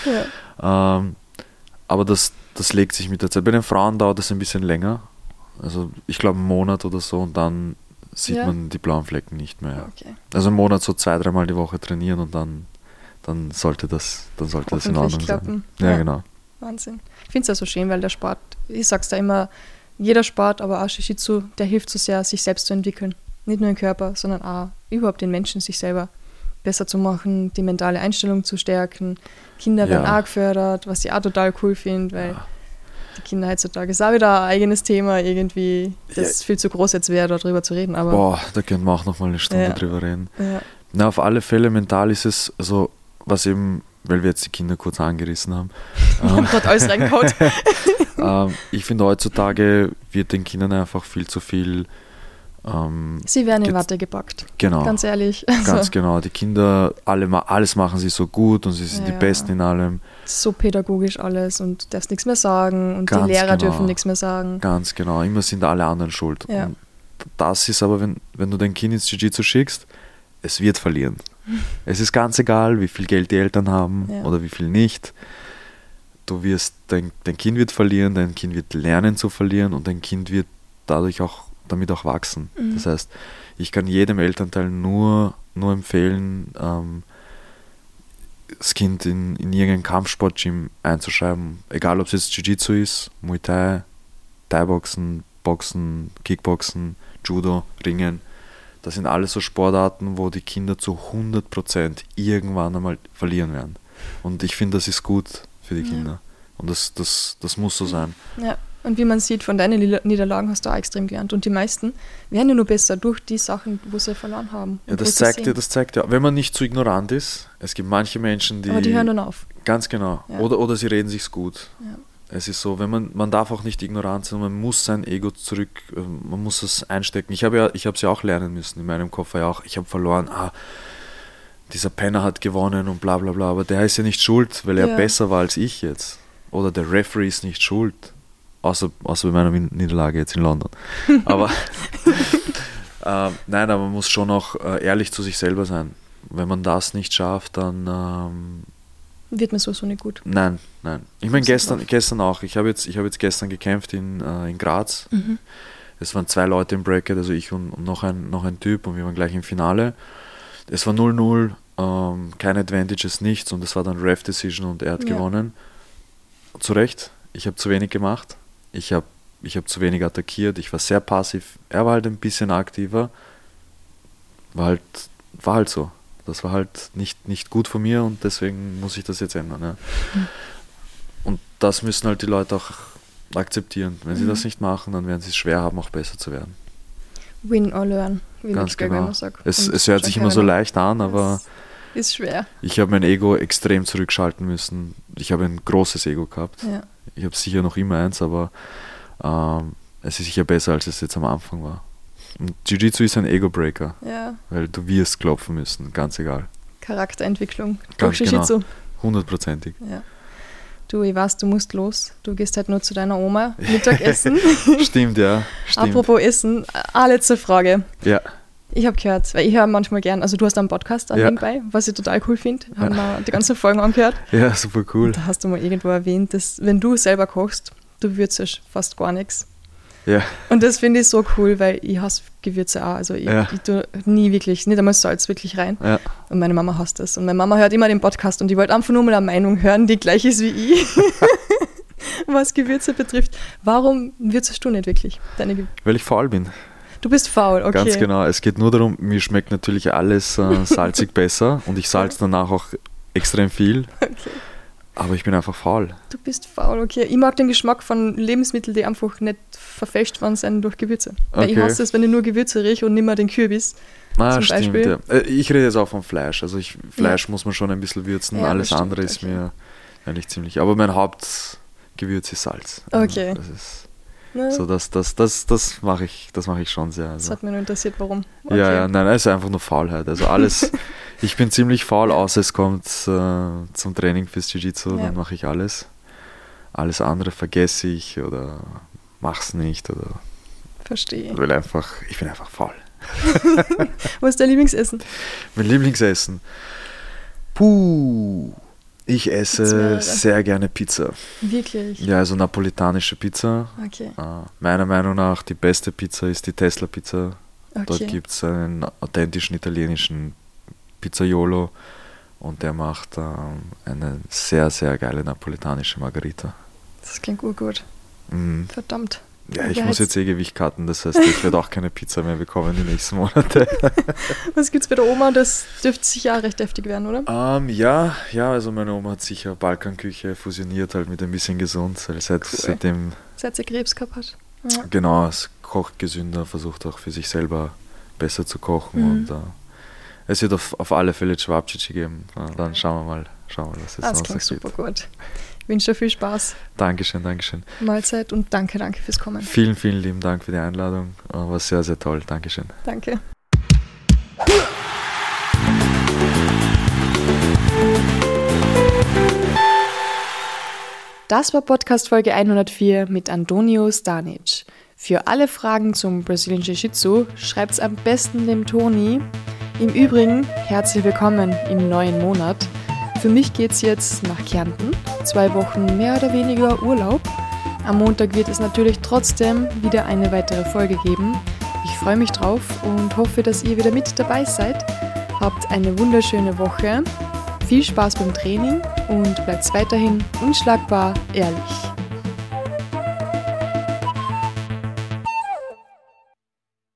Ja. Aber das legt sich mit der Zeit. Bei den Frauen dauert es ein bisschen länger. Also ich glaube einen Monat oder so und dann sieht man die blauen Flecken nicht mehr. Okay. Also einen Monat so 2-3 Mal die Woche trainieren und dann sollte das in Hoffentlich Ordnung klappen. sein. Ja, Ja. genau. Wahnsinn. Ich finde es ja so schön, weil der Sport, ich sag's da immer, jeder Sport, aber auch Jiu-Jitsu, der hilft so sehr, sich selbst zu entwickeln. Nicht nur im Körper, sondern auch überhaupt den Menschen, sich selber besser zu machen, die mentale Einstellung zu stärken. Kinder werden auch gefördert, was ich auch total cool finde, weil die Kinder heutzutage ist auch wieder ein eigenes Thema irgendwie, das viel zu groß jetzt wäre, darüber zu reden. Aber da könnten wir auch noch mal eine Stunde drüber reden. Ja. Na, auf alle Fälle, mental ist es, also was eben, weil wir jetzt die Kinder kurz angerissen haben. Wir haben gerade alles reingehauen. Ich finde, heutzutage wird den Kindern einfach viel zu viel sie werden in Watte gepackt. Genau. Ganz ehrlich. Ganz genau. Die Kinder, alles machen sie so gut und sie sind die Besten in allem. So pädagogisch alles und darfst nichts mehr sagen und die Lehrer dürfen nichts mehr sagen. Ganz genau. Immer sind alle anderen schuld. Ja. Und das ist aber, wenn du dein Kind ins Jiu-Jitsu schickst, es wird verlieren. Es ist ganz egal, wie viel Geld die Eltern haben oder wie viel nicht. Du wirst, dein Kind wird verlieren, dein Kind wird lernen zu verlieren und dein Kind wird damit auch wachsen. Das heißt, ich kann jedem Elternteil nur empfehlen, das Kind in irgendein Kampfsportgym einzuschreiben. Egal, ob es jetzt Jiu-Jitsu ist, Muay Thai, Thai-Boxen, Boxen, Kickboxen, Judo, Ringen. Das sind alles so Sportarten, wo die Kinder zu 100% irgendwann einmal verlieren werden. Und ich finde, das ist gut für die Kinder. Und das muss so sein. Ja. Und wie man sieht, von deinen Niederlagen hast du auch extrem gelernt. Und die meisten werden ja nur besser durch die Sachen, wo sie verloren haben. Ja, das zeigt ja, wenn man nicht zu ignorant ist, es gibt manche Menschen, aber die hören dann auf. Ganz genau. Ja. Oder sie reden sich's gut. Ja. Es ist so, man darf auch nicht ignorant sein, man muss sein Ego man muss es einstecken. Ich habe es ja auch lernen müssen. In meinem Kopf war ja auch, ich habe verloren, dieser Penner hat gewonnen und bla bla bla, aber der ist ja nicht schuld, weil er besser war als ich jetzt. Oder der Referee ist nicht schuld. Außer bei meiner Niederlage jetzt in London. Aber nein, aber man muss schon auch ehrlich zu sich selber sein. Wenn man das nicht schafft, dann wird mir so nicht gut. Nein. Ich meine, gestern auch. Ich habe jetzt gestern gekämpft in Graz. Es waren 2 Leute im Bracket, also ich und noch ein Typ, und wir waren gleich im Finale. Es war 0-0, keine Advantages, nichts, und es war dann Ref-Decision und er hat gewonnen. Zu Recht, ich habe zu wenig gemacht. Ich habe zu wenig attackiert, ich war sehr passiv. Er war halt ein bisschen aktiver. War halt so. Das war halt nicht gut von mir und deswegen muss ich das jetzt ändern. Ja. Und das müssen halt die Leute auch akzeptieren. Wenn sie das nicht machen, dann werden sie es schwer haben, auch besser zu werden. Win or learn, wie ganz ich genau. immer sage. Es hört sich immer so leicht an, aber ist schwer. Ich habe mein Ego extrem zurückschalten müssen. Ich habe ein großes Ego gehabt. Ja. Ich habe sicher noch immer eins, aber es ist sicher besser, als es jetzt am Anfang war. Und Jiu-Jitsu ist ein Ego-Breaker, weil du wirst klopfen müssen, ganz egal. Charakterentwicklung ganz durch Jiu-Jitsu. Genau, 100%. Ja. Du, ich weiß, du musst los. Du gehst halt nur zu deiner Oma Mittagessen. Stimmt, ja. Stimmt. Apropos Essen, eine letzte Frage. Ja. Ich habe gehört, weil ich höre manchmal gern, also du hast einen Podcast nebenbei, was ich total cool finde. Haben wir die ganzen Folgen angehört. Ja, super cool. Und da hast du mal irgendwo erwähnt, dass wenn du selber kochst, du würzest fast gar nichts. Ja. Und das finde ich so cool, weil ich hasse Gewürze auch. Also ich tue nie wirklich, nicht einmal Salz wirklich rein. Ja. Und meine Mama hasst das. Und meine Mama hört immer den Podcast und die wollte einfach nur mal eine Meinung hören, die gleich ist wie ich, was Gewürze betrifft. Warum würzest du nicht wirklich deine Gewürze? Weil ich faul bin. Du bist faul, okay. Ganz genau. Es geht nur darum, mir schmeckt natürlich alles salzig besser und ich salze danach auch extrem viel. Okay. Aber ich bin einfach faul. Du bist faul, okay. Ich mag den Geschmack von Lebensmitteln, die einfach nicht verfälscht worden sind durch Gewürze. Weil ich hasse es, wenn ich nur Gewürze rieche und nicht mehr den Kürbis. Zum stimmt. Beispiel. Ja. Ich rede jetzt auch vom Fleisch. Also Fleisch muss man schon ein bisschen würzen. Ja, alles stimmt, andere ist mir eigentlich ziemlich. Aber mein Hauptgewürz ist Salz. Okay. Das ist so, das mache ich schon sehr. Also. Das hat mich nur interessiert, warum. Okay. Ja, nein, es ist einfach nur Faulheit. Also alles, ich bin ziemlich faul, außer es kommt zum Training fürs Jiu-Jitsu, dann mache ich alles. Alles andere vergesse ich oder mach's nicht oder. Verstehe. Ich bin einfach faul. Was ist dein Lieblingsessen? Mein Lieblingsessen? Ich esse sehr gerne Pizza. Wirklich? Ja, also napolitanische Pizza. Okay. Meiner Meinung nach die beste Pizza ist die Tesla-Pizza. Okay. Dort gibt es einen authentischen italienischen Pizzaiolo und der macht eine sehr, sehr geile napolitanische Margarita. Das klingt gut. Mhm. Verdammt. Ja, ich muss jetzt Gewicht cutten, das heißt, ich werde auch keine Pizza mehr bekommen die nächsten Monate. Was gibt's bei der Oma? Das dürfte sicher auch recht deftig werden, oder? Ja, also meine Oma hat sicher Balkanküche fusioniert halt mit ein bisschen gesund, seitdem... Seit sie Krebs gehabt hat. Ja. Genau, es kocht gesünder, versucht auch für sich selber besser zu kochen und es wird auf alle Fälle Cevapcici geben. Dann schauen wir mal, was es das noch klingt gibt. super gut. Ich wünsche dir viel Spaß. Dankeschön. Mahlzeit und danke fürs Kommen. Vielen lieben Dank für die Einladung. War sehr, sehr toll. Dankeschön. Danke. Das war Podcast Folge 104 mit Antonio Stanic. Für alle Fragen zum Brazilian Jiu-Jitsu schreibt's am besten dem Toni. Im Übrigen, herzlich willkommen im neuen Monat. Für mich geht's jetzt nach Kärnten. 2 Wochen mehr oder weniger Urlaub. Am Montag wird es natürlich trotzdem wieder eine weitere Folge geben. Ich freue mich drauf und hoffe, dass ihr wieder mit dabei seid. Habt eine wunderschöne Woche. Viel Spaß beim Training und bleibt weiterhin unschlagbar ehrlich.